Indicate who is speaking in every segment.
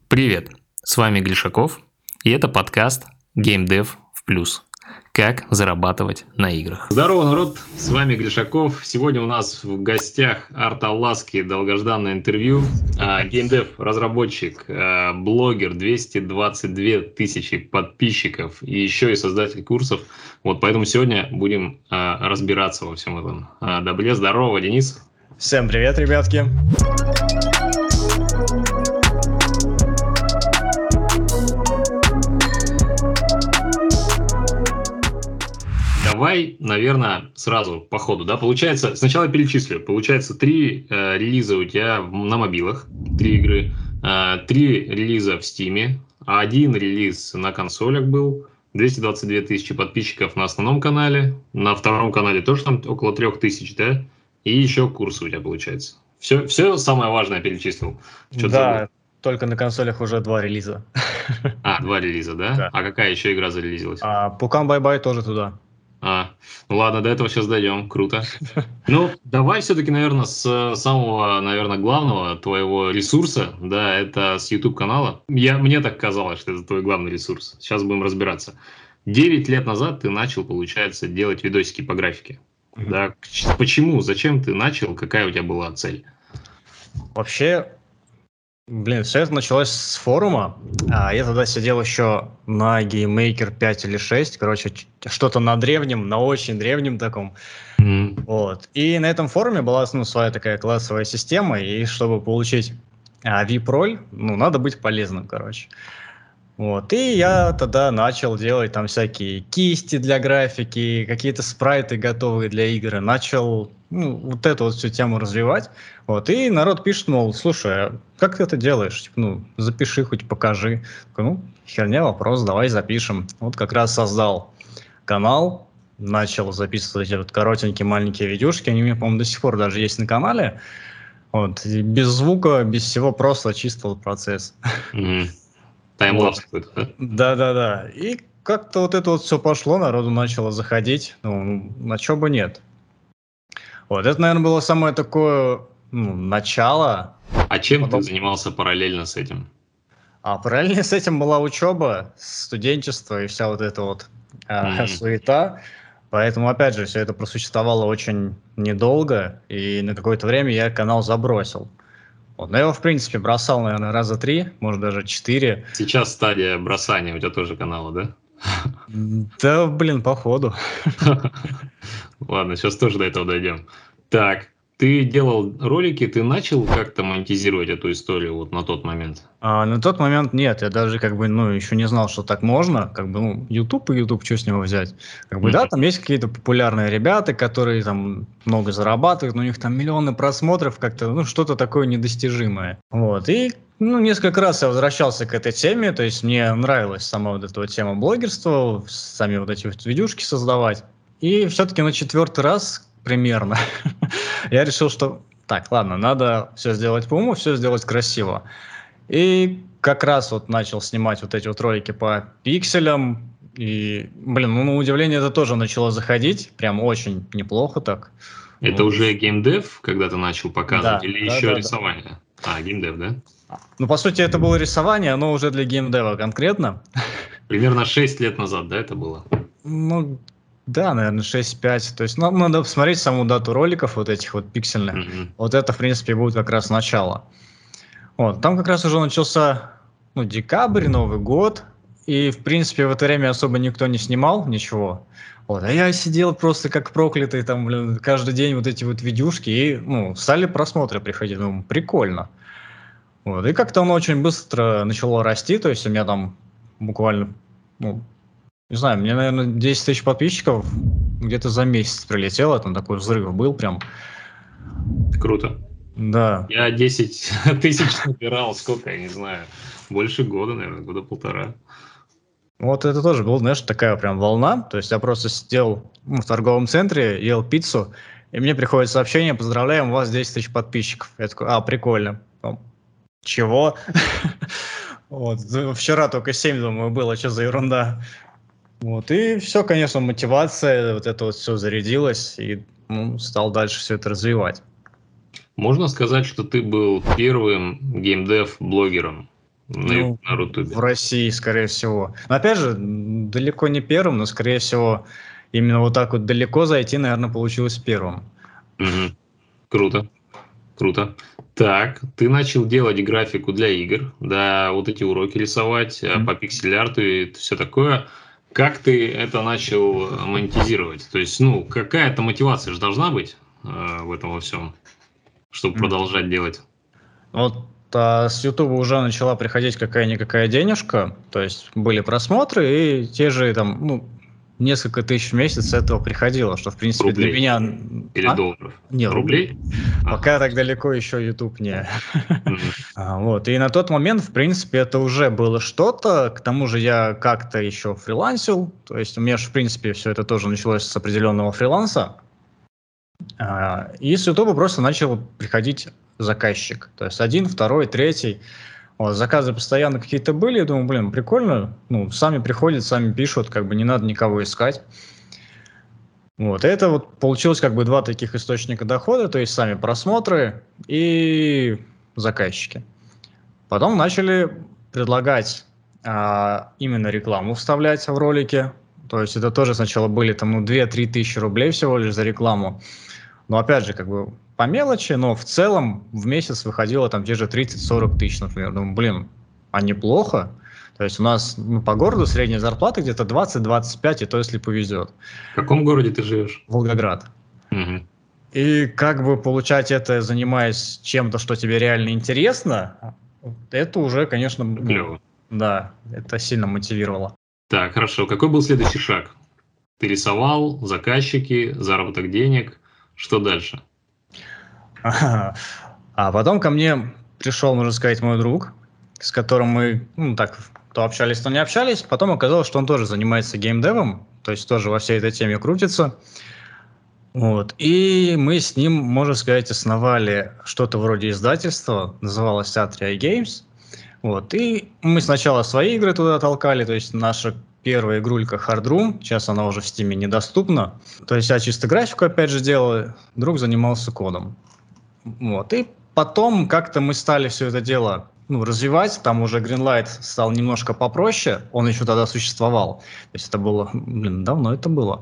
Speaker 1: Привет, с вами Глишаков, и это подкаст GameDev в плюс. Как зарабатывать на играх.
Speaker 2: Здорово, народ, с вами Глишаков. Сегодня у нас в гостях Арт Алласки, долгожданное интервью. GameDev, разработчик, блогер, 222 тысячи подписчиков и еще и создатель курсов. Вот поэтому сегодня будем разбираться во всем этом. Добре, здорово, Денис.
Speaker 3: Всем привет, ребятки.
Speaker 2: Давай, наверное, сразу по ходу, да, получается, сначала я перечислю, получается 3 релиза у тебя на мобилах, 3 игры, 3 релиза в Стиме, 1 релиз на консолях был, 222 тысячи подписчиков на основном канале, на втором канале тоже там около 3000, да, и еще курсы у тебя получается. Все самое важное перечислил.
Speaker 3: Что-то да, только на консолях уже 2 релиза.
Speaker 2: 2 релиза, да? Да. А какая еще игра зарелизилась?
Speaker 3: Пукан Бай-Бай тоже туда.
Speaker 2: Ну ладно, до этого сейчас дойдем, круто. Ну, давай все-таки, наверное, с самого, наверное, главного твоего ресурса, да, это с YouTube-канала. Мне так казалось, что это твой главный ресурс. Сейчас будем разбираться. 9 лет назад ты начал, получается, делать видосики по графике. Да, почему, зачем ты начал, какая у тебя была цель?
Speaker 3: Вообще, все это началось с форума. Я тогда сидел еще на GameMaker 5 или 6, короче, что-то на древнем, на очень древнем таком. Вот. И на этом форуме была своя такая классовая система, и чтобы получить VIP-роль, надо быть полезным, короче. Вот. И я тогда начал делать там всякие кисти для графики, какие-то спрайты готовые для игры. Начал вот эту вот всю тему развивать. Вот. И народ пишет, мол, слушай, а как ты это делаешь? Типа, запиши, хоть покажи. Херня, вопрос, давай запишем. Вот как раз создал канал, начал записывать эти вот коротенькие маленькие видюшки. Они у меня, по-моему, до сих пор даже есть на канале. Вот. И без звука, без всего, просто чисто вот процесс.
Speaker 2: Таймлапс какой-то, да?
Speaker 3: Да. И как-то вот это вот все пошло, народу начало заходить. На чё бы нет. Вот, это, наверное, было самое такое, начало.
Speaker 2: А чем ты занимался параллельно с этим?
Speaker 3: Параллельно с этим была учеба, студенчество и вся вот эта вот суета. Поэтому, опять же, все это просуществовало очень недолго, и на какое-то время я канал забросил. Вот. Но я его, в принципе, бросал, наверное, раза 3, может, даже 4.
Speaker 2: Сейчас стадия бросания у тебя тоже канала, да?
Speaker 3: Да, походу.
Speaker 2: Ладно, сейчас тоже до этого дойдем. Так, ты делал ролики, ты начал как-то монетизировать эту историю вот на тот момент?
Speaker 3: На тот момент нет, я даже еще не знал, что так можно. YouTube и YouTube, что с него взять? Да, там есть какие-то популярные ребята, которые там много зарабатывают, но у них там миллионы просмотров, как-то, что-то такое недостижимое. Вот, и несколько раз я возвращался к этой теме, то есть мне нравилась сама вот эта вот тема блогерства, сами вот эти вот видюшки создавать. И все-таки на 4-й раз примерно я решил, что так, ладно, надо все сделать по уму, все сделать красиво. И как раз вот начал снимать вот эти вот ролики по пикселям. И, на удивление, это тоже начало заходить. Прям очень неплохо так.
Speaker 2: Это уже геймдев, когда ты начал показывать, или еще рисование? Геймдев, да?
Speaker 3: По сути, это было рисование, но уже для геймдева конкретно.
Speaker 2: Примерно 6 лет назад, да, это было?
Speaker 3: Да, наверное, 6-5. То есть надо посмотреть саму дату роликов вот этих вот пиксельных. Вот это, в принципе, будет как раз начало. Вот, там как раз уже начался декабрь, Новый год. И, в принципе, в это время особо никто не снимал ничего. Вот, а я сидел просто как проклятый, там, каждый день вот эти вот видюшки. И, стали просмотры приходить. Прикольно. Вот, и как-то оно очень быстро начало расти. То есть у меня там буквально, не знаю, мне, наверное, 10 тысяч подписчиков где-то за месяц прилетело. Там такой взрыв был прям.
Speaker 2: Круто.
Speaker 3: Да.
Speaker 2: Я 10 тысяч набирал, сколько, я не знаю, больше года, наверное, 1.5 года.
Speaker 3: Вот это тоже была, знаешь, такая прям волна. То есть я просто сидел в торговом центре, ел пиццу, и мне приходит сообщение: поздравляем, у вас 10 тысяч подписчиков. Я такой, прикольно. Чего? Вот, вчера только 7, думаю, было, что за ерунда. Вот, и все, конечно, мотивация, вот это вот все зарядилось, и стал дальше все это развивать.
Speaker 2: Можно сказать, что ты был первым геймдев-блогером на Рутубе.
Speaker 3: В России, скорее всего. Но опять же, далеко не первым, но, скорее всего, именно вот так вот далеко зайти, наверное, получилось первым.
Speaker 2: Угу. Круто. Так, ты начал делать графику для игр, да, вот эти уроки рисовать по пиксель-арту и все такое. Как ты это начал монетизировать? То есть, какая-то мотивация же должна быть в этом во всем, чтобы продолжать делать.
Speaker 3: Вот с YouTube уже начала приходить какая-никакая денежка, то есть были просмотры, и те же там, несколько тысяч в месяц с этого приходило, что, в принципе,
Speaker 2: Рублей.
Speaker 3: для меня...
Speaker 2: Или долларов?
Speaker 3: Не,
Speaker 2: рублей.
Speaker 3: Пока так далеко еще YouTube не. Вот. И на тот момент, в принципе, это уже было что-то. К тому же я как-то еще фрилансил. То есть у меня же, в принципе, все это тоже началось с определенного фриланса. И с YouTube просто начал приходить заказчик. То есть 1, 2, 3. Вот, заказы постоянно какие-то были. Я думаю, прикольно. Сами приходят, сами пишут, не надо никого искать. Вот, это вот получилось 2 таких источника дохода, то есть сами просмотры и заказчики. Потом начали предлагать именно рекламу вставлять в ролики. То есть это тоже сначала были 2-3 тысячи рублей всего лишь за рекламу. Но опять же, по мелочи, но в целом в месяц выходило те же 30-40 тысяч, например. Думаю, а неплохо. То есть у нас по городу средняя зарплата где-то 20-25, и то, если повезет.
Speaker 2: В каком городе ты живешь?
Speaker 3: Волгоград.
Speaker 2: Угу.
Speaker 3: И получать это, занимаясь чем-то, что тебе реально интересно, это уже, конечно,
Speaker 2: клево.
Speaker 3: Да, это сильно мотивировало.
Speaker 2: Так, хорошо. Какой был следующий шаг? Ты рисовал, заказчики, заработок денег. Что дальше?
Speaker 3: А потом ко мне пришел, можно сказать, мой друг, с которым мы, то общались, то не общались. Потом оказалось, что он тоже занимается геймдевом, то есть тоже во всей этой теме крутится. Вот. И мы с ним, можно сказать, основали что-то вроде издательства, называлось Atria Games. Вот. И мы сначала свои игры туда толкали, то есть наша первая игрулька Hard Room, сейчас она уже в Steam недоступна. То есть я чисто графику опять же делал, друг занимался кодом. Вот. И потом как-то мы стали все это дело развивать, там уже Greenlight стал немножко попроще, он еще тогда существовал. То есть это было, давно это было.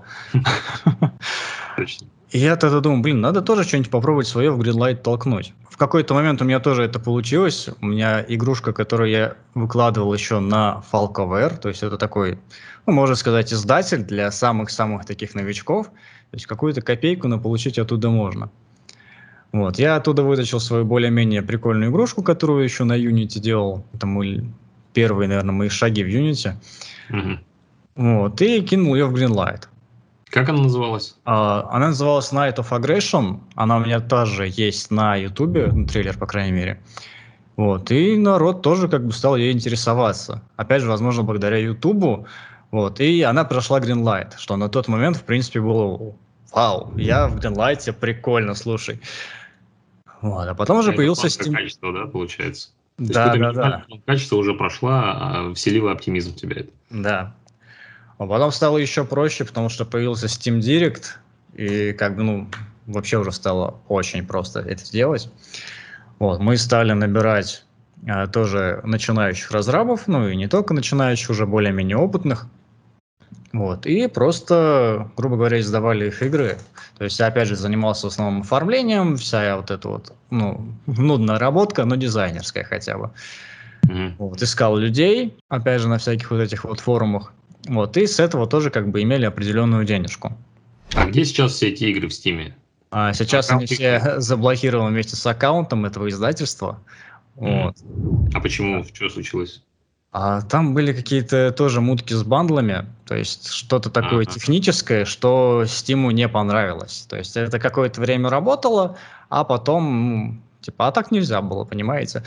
Speaker 3: И я тогда думаю, надо тоже что-нибудь попробовать свое в Greenlight толкнуть. В какой-то момент у меня тоже это получилось. У меня игрушка, которую я выкладывал еще на FalcoWare, то есть это такой, можно сказать, издатель для самых-самых таких новичков. То есть какую-то копейку, но получить оттуда можно. Вот. Я оттуда вытащил свою более-менее прикольную игрушку, которую еще на Unity делал. Это первые, наверное, мои шаги в Unity.
Speaker 2: Угу.
Speaker 3: Вот. И кинул ее в Greenlight.
Speaker 2: Как она называлась?
Speaker 3: Она называлась Night of Aggression. Она у меня тоже есть на Ютубе, трейлер, по крайней мере. Вот. И народ тоже стал ей интересоваться. Опять же, возможно, благодаря Ютубу. Вот. И она прошла Greenlight, что на тот момент, в принципе, было вау, я в Greenlight, прикольно, слушай. Вот. А потом уже появился Steam.
Speaker 2: Качество, да, получается?
Speaker 3: Да.
Speaker 2: Качество уже прошло, вселило оптимизм в тебя это.
Speaker 3: Да. А потом стало еще проще, потому что появился Steam Direct, и вообще уже стало очень просто это сделать. Вот, мы стали набирать тоже начинающих разрабов, и не только начинающих, уже более-менее опытных. Вот, и просто, грубо говоря, издавали их игры. То есть я, опять же, занимался в основном оформлением, вся вот эта вот, нудная работка, но дизайнерская хотя бы. Вот, искал людей, опять же, на всяких вот этих вот форумах. Вот, и с этого тоже имели определенную денежку.
Speaker 2: А где сейчас все эти игры в Steam?
Speaker 3: Сейчас они все заблокированы вместе с аккаунтом этого издательства. Вот.
Speaker 2: А почему? Что случилось?
Speaker 3: Там были какие-то тоже мутки с бандлами, то есть что-то такое техническое, что Steam'у не понравилось. То есть это какое-то время работало, а потом, а так нельзя было, понимаете?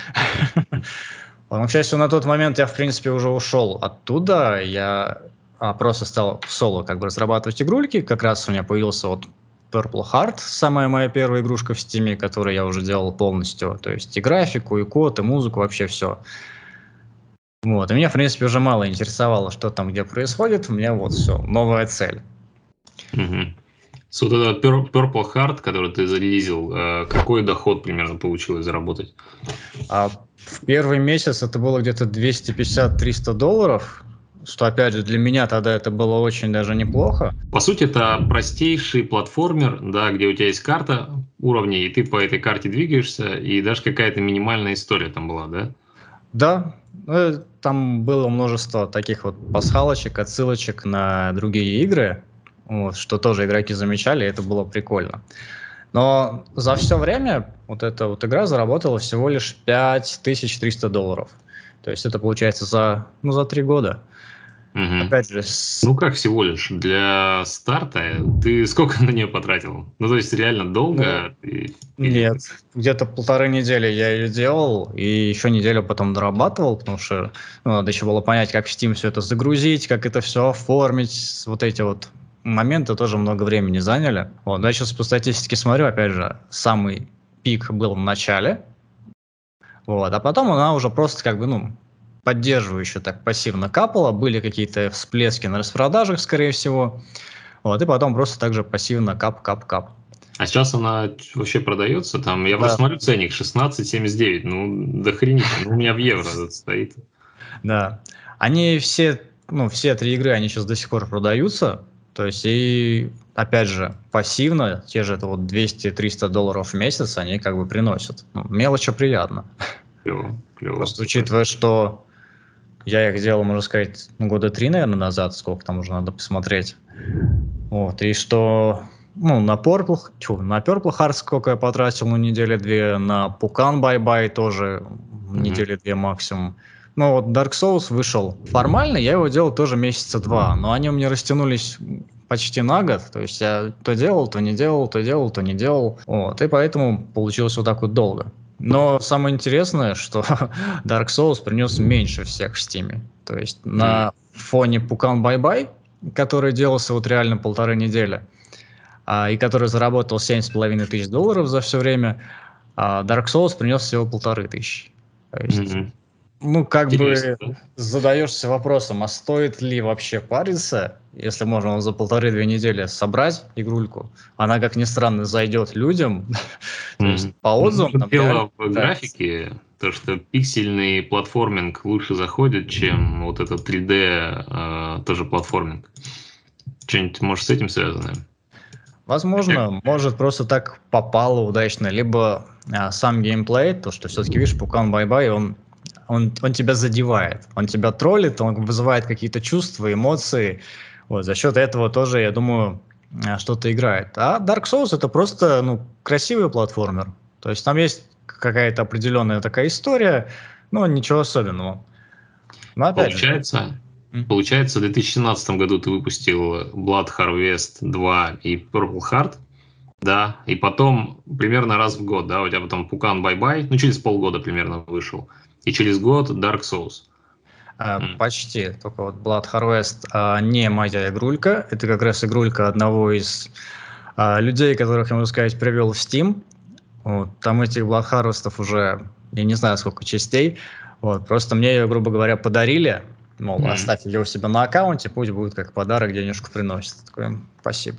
Speaker 3: К счастью, на тот момент я, в принципе, уже ушел оттуда, я просто стал соло разрабатывать игрульки, как раз у меня появился вот Purple Heart, самая моя первая игрушка в Steam, которую я уже делал полностью, то есть и графику, и код, и музыку, вообще все. Вот, и меня, в принципе, уже мало интересовало, что там где происходит, у меня вот все, новая цель.
Speaker 2: Вот этот Purple Heart, который ты зарелизил, какой доход примерно получилось заработать?
Speaker 3: В первый месяц это было где-то 250-300 долларов, что, опять же, для меня тогда это было очень даже неплохо.
Speaker 2: По сути, это простейший платформер, да, где у тебя есть карта уровней, и ты по этой карте двигаешься, и даже какая-то минимальная история там была, да?
Speaker 3: Да, там было множество таких вот пасхалочек, отсылочек на другие игры, вот, что тоже игроки замечали, и это было прикольно. Но за все время вот эта вот игра заработала всего лишь 5300 долларов. То есть это получается за 3 года.
Speaker 2: Мгм.
Speaker 3: Опять же,
Speaker 2: Ну как всего лишь? Для старта ты сколько на нее потратил? Ну то есть реально долго? Или-
Speaker 3: нет, где-то 1,5 недели я ее делал, и еще неделю потом дорабатывал, потому что надо еще было понять, как в Steam все это загрузить, как это все оформить. Вот эти вот моменты тоже много времени заняли. Вот, я сейчас по статистике смотрю, опять же, самый пик был в начале, вот, а потом она уже просто поддерживающе так пассивно капала, были какие-то всплески на распродажах, скорее всего, вот, и потом просто так же пассивно кап-кап-кап.
Speaker 2: А сейчас она вообще продается? Там, я просто смотрю ценник 16,79. Ну, до хренища. Ну, у меня в евро это стоит.
Speaker 3: Да. Они все 3 игры, они сейчас до сих пор продаются. То есть, и опять же, пассивно, те же это вот 200-300 долларов в месяц, они как бы приносят. Мелочь, а приятно.
Speaker 2: Клево, клево.
Speaker 3: Просто учитывая, что я их делал, можно сказать, года 3, наверное, назад, сколько там уже надо посмотреть. Вот, и что, на Purple Heart сколько я потратил, недели 2, на Pukan Bye-Bye тоже недели 2 максимум. Ну вот Dark Souls вышел формально, я его делал тоже месяца 2, но они у меня растянулись почти на год, то есть я то делал, то не делал, то делал, то не делал, вот, и поэтому получилось вот так вот долго. Но самое интересное, что Dark Souls принес меньше всех в Steam. То есть на фоне Pukan Bye-Bye, который делался вот реально 1,5 недели, и который заработал 7,5 тысяч долларов за все время, Dark Souls принес всего 1500. То есть,
Speaker 2: Интересно, да?
Speaker 3: задаешься вопросом, а стоит ли вообще париться, если можно за 1,5-2 недели собрать игрульку? Она, как ни странно, зайдет людям. То есть по отзывам
Speaker 2: Ну,
Speaker 3: там
Speaker 2: дело
Speaker 3: реально
Speaker 2: в
Speaker 3: нравится.
Speaker 2: графике, то, что пиксельный платформинг лучше заходит, чем вот этот 3D тоже платформинг. Что-нибудь, может, с этим связано?
Speaker 3: Возможно, может просто так попало удачно, либо сам геймплей, то, что все-таки, видишь, Pukan Bye-Bye, он тебя задевает, он тебя троллит, он вызывает какие-то чувства, эмоции. Вот, за счет этого тоже, я думаю, что-то играет. А Dark Souls это просто красивый платформер. То есть там есть какая-то определенная такая история, но ничего особенного. Но опять же,
Speaker 2: Получается, в 2017 году ты выпустил Blood Harvest 2 и Purple Heart, да, и потом примерно раз в год, да, у тебя потом Pukan Bye-Bye, через полгода примерно вышел, и через год Dark Souls.
Speaker 3: Почти, только вот Blood Harvest не моя игрулька, это как раз игрулька одного из людей, которых, я могу сказать, привел в Steam. Вот, там этих Blood Harvest'ов уже, я не знаю, сколько частей, вот, просто мне ее, грубо говоря, подарили, мол, оставь ее у себя на аккаунте, пусть будет как подарок, денежку приносит. Такой, спасибо.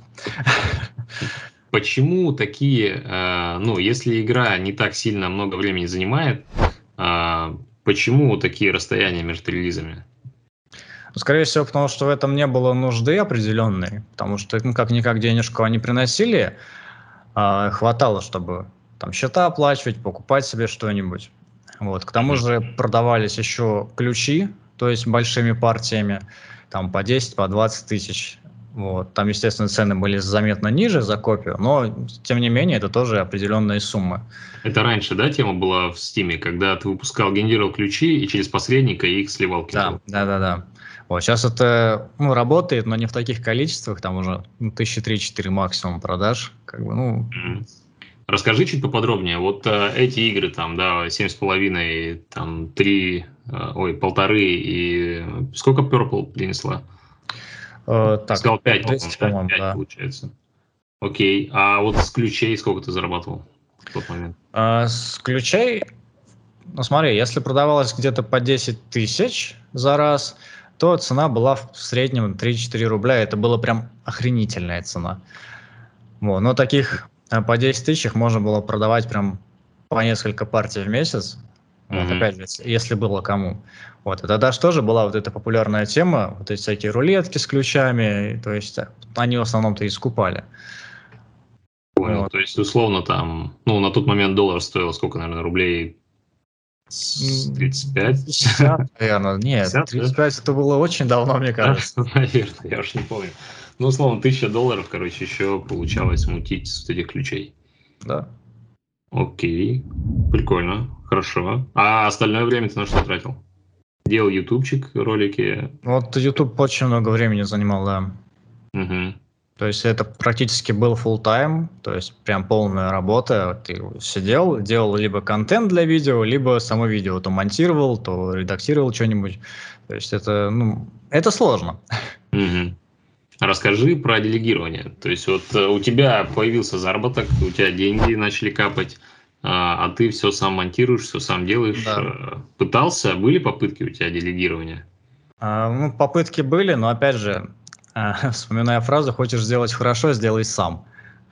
Speaker 2: Почему такие, если игра не так сильно много времени занимает, почему такие расстояния между релизами?
Speaker 3: Скорее всего, потому что в этом не было нужды определенной, потому что, как-никак денежку они приносили, хватало, чтобы там счета оплачивать, покупать себе что-нибудь. Вот. К тому же продавались еще ключи, то есть большими партиями, там по 10, по 20 тысяч. Вот. Там, естественно, цены были заметно ниже за копию, но, тем не менее, это тоже определенные суммы.
Speaker 2: Это раньше, да, тема была в Steam, когда ты генерировал ключи и через посредника их сливал?
Speaker 3: Да. Вот, сейчас это работает, но не в таких количествах, там уже 3-4 максимум продаж.
Speaker 2: Расскажи чуть поподробнее. Вот эти игры, там, да, 7,5, там, 3, 1,5 и... Сколько Purple принесла? Сказал 5,
Speaker 3: по-моему,
Speaker 2: 5
Speaker 3: да.
Speaker 2: получается. Окей. А вот с ключей сколько ты зарабатывал в тот момент?
Speaker 3: С ключей, смотри, если продавалось где-то по 10 тысяч за раз, то цена была в среднем 3-4 рубля. Это была прям охренительная цена. Вот. Но таких по 10 тысяч можно было продавать прям по несколько партий в месяц. Вот,
Speaker 2: Мгм.
Speaker 3: опять же, если было кому. Вот, и тогда же тоже была вот эта популярная тема, вот эти всякие рулетки с ключами, то есть они в основном-то и скупали.
Speaker 2: Понял.
Speaker 3: Вот.
Speaker 2: То есть, условно, там, ну, на тот момент доллар стоил сколько, наверное, рублей? 35?
Speaker 3: 50, наверное. Нет,
Speaker 2: 50, да?
Speaker 3: 35 это было очень давно, мне
Speaker 2: Да,
Speaker 3: кажется.
Speaker 2: наверное, я уж не помню. Ну, условно, $1000, короче, еще получалось мутить с этих ключей.
Speaker 3: Да.
Speaker 2: Окей, прикольно, хорошо. А остальное время ты на что тратил? Делал ютубчик, ролики?
Speaker 3: Вот YouTube очень много времени занимал, да.
Speaker 2: Мгм.
Speaker 3: То есть это практически был full time, то есть прям полная работа. Ты сидел, делал либо контент для видео, либо само видео то монтировал, то редактировал что-нибудь. То есть это, ну, это сложно.
Speaker 2: Мгм. Расскажи про делегирование. То есть вот у тебя появился заработок, у тебя деньги начали капать, а ты все сам монтируешь, все сам делаешь.
Speaker 3: Да.
Speaker 2: Пытался, были попытки у тебя делегирования?
Speaker 3: Ну, попытки были, но опять же, вспоминая фразу «хочешь сделать хорошо, сделай сам».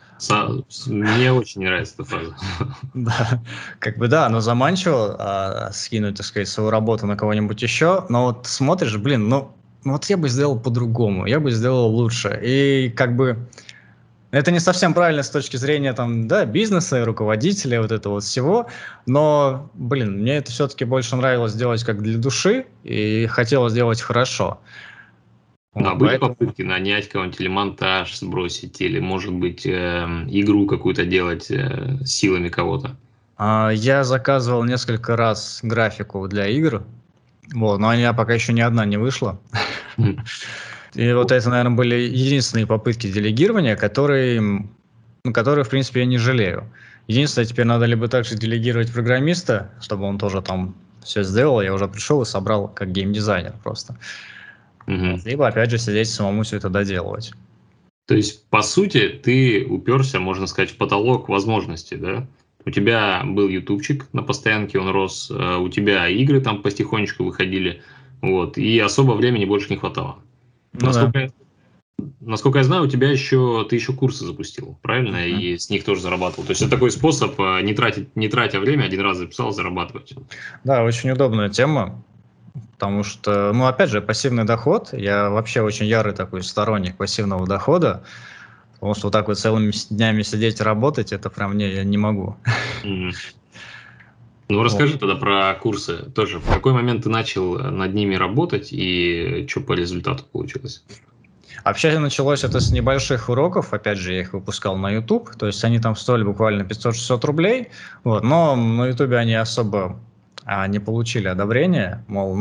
Speaker 2: Мне очень нравится эта фраза.
Speaker 3: Да, как бы да, но заманчиво скинуть, так сказать, свою работу на кого-нибудь еще, но вот смотришь, блин, ну вот я бы сделал по-другому, я бы сделал лучше. И как бы это не совсем правильно с точки зрения там, да, бизнеса, руководителя, вот этого вот всего, но, блин, мне это все-таки больше нравилось делать как для души и хотелось делать хорошо.
Speaker 2: А
Speaker 3: Вот,
Speaker 2: были
Speaker 3: поэтому
Speaker 2: попытки нанять кого-нибудь или монтаж сбросить, или, может быть, игру какую-то делать силами кого-то?
Speaker 3: я заказывал несколько раз графику для игр, вот, но у меня пока еще ни одна не вышла.
Speaker 2: Мгм.
Speaker 3: И вот это, наверное, были единственные попытки делегирования, которые, в принципе, я не жалею. Единственное, теперь надо либо также делегировать программиста, чтобы он тоже там все сделал, я уже пришел и собрал как геймдизайнер просто.
Speaker 2: Мгм.
Speaker 3: Вот. Либо, опять же, сидеть самому все это доделывать.
Speaker 2: То есть, по сути, ты уперся, можно сказать, в потолок возможностей, да? У тебя был ютубчик на постоянке, он рос, у тебя игры там потихонечку выходили, вот, и особо времени больше не хватало.
Speaker 3: Ну да.
Speaker 2: Насколько я знаю, ты еще курсы запустил, правильно?
Speaker 3: Мгм.
Speaker 2: И с них тоже зарабатывал. То есть это такой способ не тратя время, один раз записал, зарабатывать.
Speaker 3: Да, очень удобная тема, потому что, ну, опять же, пассивный доход, я вообще очень ярый такой сторонник пассивного дохода, потому что вот так вот целыми днями сидеть и работать, это прям я не могу.
Speaker 2: Мгм. Ну,
Speaker 3: Вот.
Speaker 2: расскажи тогда про курсы тоже. В какой момент ты начал над ними работать и что по результату получилось?
Speaker 3: Вообще началось это с небольших уроков, опять же, я их выпускал на YouTube, то есть они там стоили буквально 500-600 рублей, вот, но на YouTube они особо не получили одобрения, мол,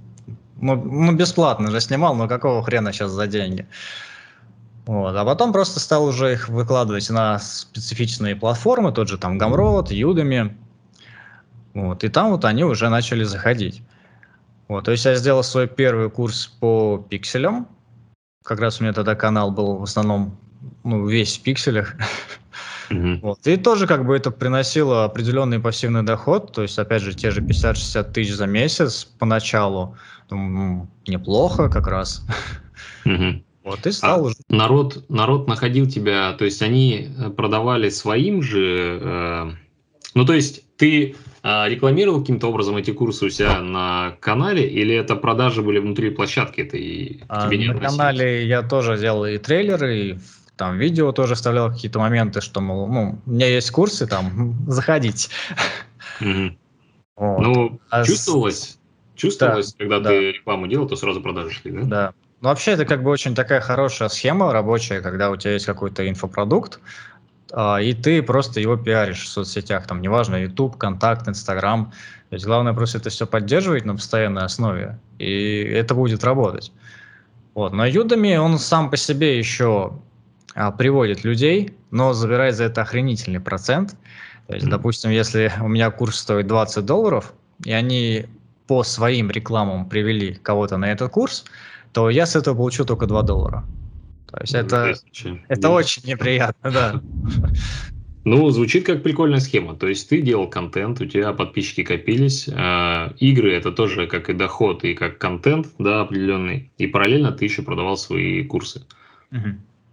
Speaker 3: ну, бесплатно же снимал, но какого хрена сейчас за деньги? Вот, а потом просто стал уже их выкладывать на специфичные платформы, тот же там Gumroad, Udemy, вот, и там вот они уже начали заходить. Вот, то есть я сделал свой первый курс по пикселям. Как раз у меня тогда канал был в основном, ну, весь в пикселях.
Speaker 2: Мгм.
Speaker 3: Вот. И тоже как бы это приносило определенный пассивный доход, то есть, опять же, те же 50-60 тысяч за месяц поначалу. Думаю, неплохо как раз.
Speaker 2: Мгм.
Speaker 3: Вот, и стал
Speaker 2: А
Speaker 3: уже.
Speaker 2: народ находил тебя, то есть они продавали своим же, ну то есть ты рекламировал каким-то образом эти курсы у себя на канале, или это продажи были внутри площадки, это и к тебе не
Speaker 3: На
Speaker 2: относились?
Speaker 3: канале я тоже делал и трейлеры, и там видео тоже вставлял какие-то моменты, что, мол, ну, у меня есть курсы, там, заходите.
Speaker 2: Мгм.
Speaker 3: Вот.
Speaker 2: Ну, чувствовалось,
Speaker 3: Да,
Speaker 2: когда
Speaker 3: да.
Speaker 2: ты рекламу делал, то сразу продажи шли, да?
Speaker 3: Да. Ну, вообще, это как бы очень такая хорошая схема рабочая, когда у тебя есть какой-то инфопродукт, и ты просто его пиаришь в соцсетях, там, неважно, YouTube, Контакт, Инстаграм. То есть главное просто это все поддерживать на постоянной основе, и это будет работать. Вот. Но Udemy, он сам по себе еще приводит людей, но забирает за это охренительный процент. То есть,
Speaker 2: Мгм.
Speaker 3: допустим, если у меня курс стоит $20, и они по своим рекламам привели кого-то на этот курс, то я с этого получу только $2. То есть это,
Speaker 2: Жесть вообще.
Speaker 3: это очень неприятно, да.
Speaker 2: Ну, звучит как прикольная схема. То есть ты делал контент, у тебя подписчики копились. Игры это тоже как и доход, и как контент, да, определенный. И параллельно ты еще продавал свои курсы.
Speaker 3: Мгм.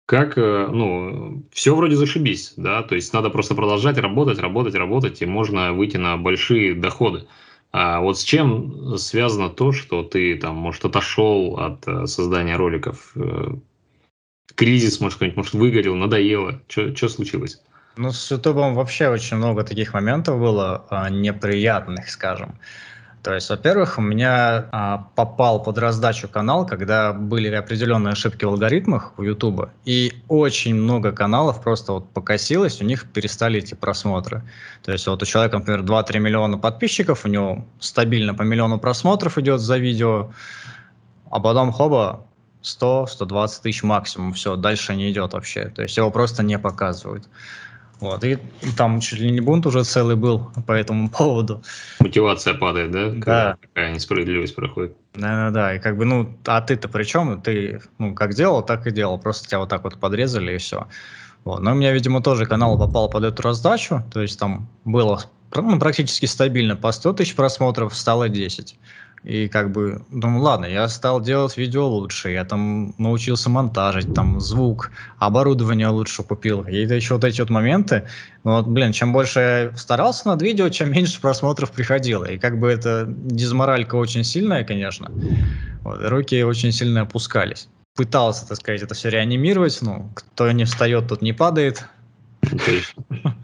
Speaker 2: как, все вроде зашибись, да, то есть надо просто продолжать работать, и можно выйти на большие доходы. А вот с чем связано то, что ты там, может, отошел от создания роликов? Кризис, может, какой-нибудь, может, выгорел, надоело? Что случилось?
Speaker 3: Ну, с Ютубом вообще очень много таких моментов было, неприятных, скажем. То есть, во-первых, у меня попал под раздачу канал, когда были определенные ошибки в алгоритмах у Ютуба, и очень много каналов просто вот покосилось, у них перестали идти просмотры. То есть вот у человека, например, 2-3 миллиона подписчиков, у него стабильно по миллиону просмотров идет за видео, а потом хоба, 100-120 тысяч максимум, все, дальше не идет вообще. То есть его просто не показывают. Вот, и там чуть ли не бунт уже целый был по этому поводу.
Speaker 2: Мотивация падает, да? Когда
Speaker 3: Да.
Speaker 2: такая несправедливость проходит.
Speaker 3: Да, и как бы, а ты-то при чем? Ты, как делал, так и делал, просто тебя вот так вот подрезали и все. Вот. Но у меня, видимо, тоже канал попал под эту раздачу, то есть там было практически стабильно по 100 тысяч просмотров, стало 10. И как бы, думаю, ладно, я стал делать видео лучше, я там научился монтажить, там звук, оборудование лучше купил, и это еще вот эти вот моменты. Но вот, блин, чем больше я старался над видео, чем меньше просмотров приходило. И как бы это дизморалька очень сильная, конечно, вот, руки очень сильно опускались. Пытался, так сказать, это все реанимировать, кто не встает, тот не падает.
Speaker 2: Точно.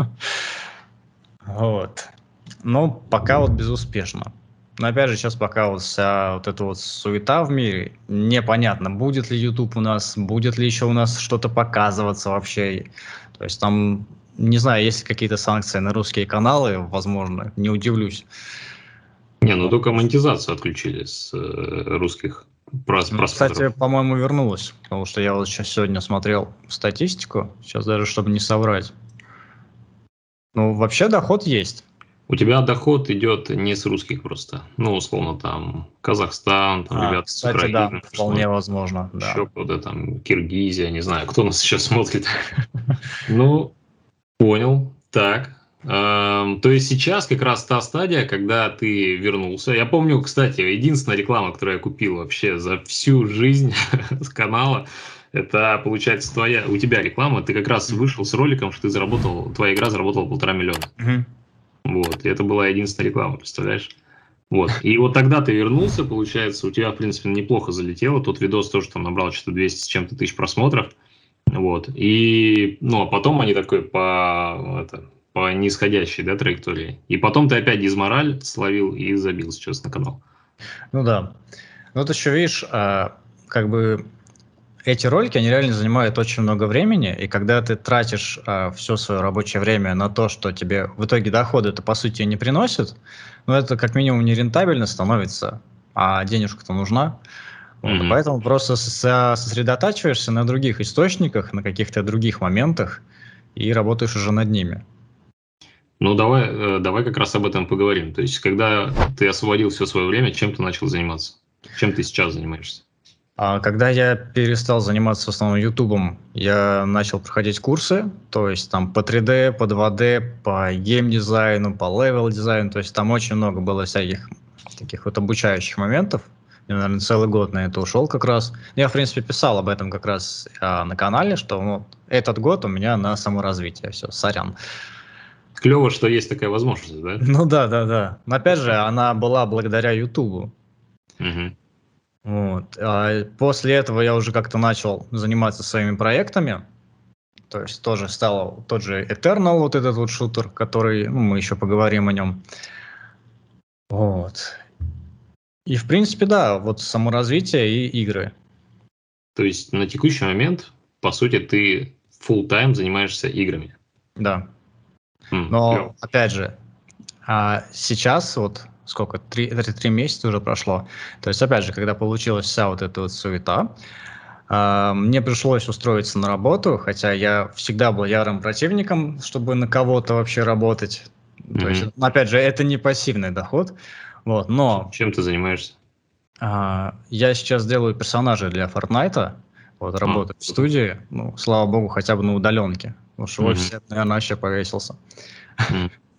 Speaker 3: Вот. Но пока вот безуспешно. Но опять же, сейчас пока вот вся вот эта вот суета в мире, непонятно, будет ли YouTube у нас, будет ли еще у нас что-то показываться вообще. То есть там, не знаю, есть какие-то санкции на русские каналы, возможно, не удивлюсь.
Speaker 2: Только монетизацию отключили с русских просмотров.
Speaker 3: Кстати, по-моему, вернулась, потому что я вот сейчас сегодня смотрел статистику, сейчас даже, чтобы не соврать. Вообще доход есть.
Speaker 2: У тебя доход идет не с русских просто. Условно, там, Казахстан, там, ребята с
Speaker 3: Кстати,
Speaker 2: Украины.
Speaker 3: да, вполне возможно, да.
Speaker 2: Еще кто-то там, Киргизия, не знаю, кто нас сейчас смотрит. Понял. Так. То есть сейчас как раз та стадия, когда ты вернулся. Я помню, кстати, единственная реклама, которую я купил вообще за всю жизнь с канала, это, получается, у тебя реклама. Ты как раз вышел с роликом, что твоя игра заработала 1,5 миллиона. Вот, и это была единственная реклама, представляешь? Вот, и вот тогда ты вернулся, получается, у тебя, в принципе, неплохо залетело, тот видос тоже там набрал что-то 200 с чем-то тысяч просмотров, вот, и, а потом они такой по нисходящей, да, траектории, и потом ты опять дизмораль словил и забил сейчас на канал.
Speaker 3: Да, вот еще, видишь, как бы эти ролики, они реально занимают очень много времени, и когда ты тратишь все свое рабочее время на то, что тебе в итоге доходы это по сути не приносит, это как минимум нерентабельно становится, а денежка-то нужна. Вот, поэтому просто сосредотачиваешься на других источниках, на каких-то других моментах и работаешь уже над ними.
Speaker 2: Давай как раз об этом поговорим. То есть, когда ты освободил все свое время, чем ты начал заниматься? Чем ты сейчас занимаешься?
Speaker 3: Когда я перестал заниматься в основном ютубом, я начал проходить курсы, то есть там по 3D, по 2D, по геймдизайну, по левел-дизайну, то есть там очень много было всяких таких вот обучающих моментов. Я, наверное, целый год на это ушел как раз. Я, в принципе, писал об этом как раз на канале, что этот год у меня на саморазвитие, все, сорян.
Speaker 2: Клево, что есть такая возможность, да?
Speaker 3: Да. Но опять же, она была благодаря ютубу. Вот. После этого я уже как-то начал заниматься своими проектами. То есть тоже стал тот же Eternal, вот этот вот шутер, который, мы еще поговорим о нем. Вот. И в принципе, да, вот саморазвитие и игры.
Speaker 2: То есть на текущий момент, по сути, ты full-time занимаешься играми.
Speaker 3: Да. Но, опять же, сейчас вот сколько, 3 месяца уже прошло. То есть, опять же, когда получилась вся вот эта вот суета, мне пришлось устроиться на работу, хотя я всегда был ярым противником, чтобы на кого-то вообще работать. То есть, опять же, это не пассивный доход. Вот, но...
Speaker 2: Чем ты занимаешься?
Speaker 3: Я сейчас делаю персонажей для Fortnite, вот, работаю в студии, слава богу, хотя бы на удаленке. Потому что в офисе, наверное, вообще повесился.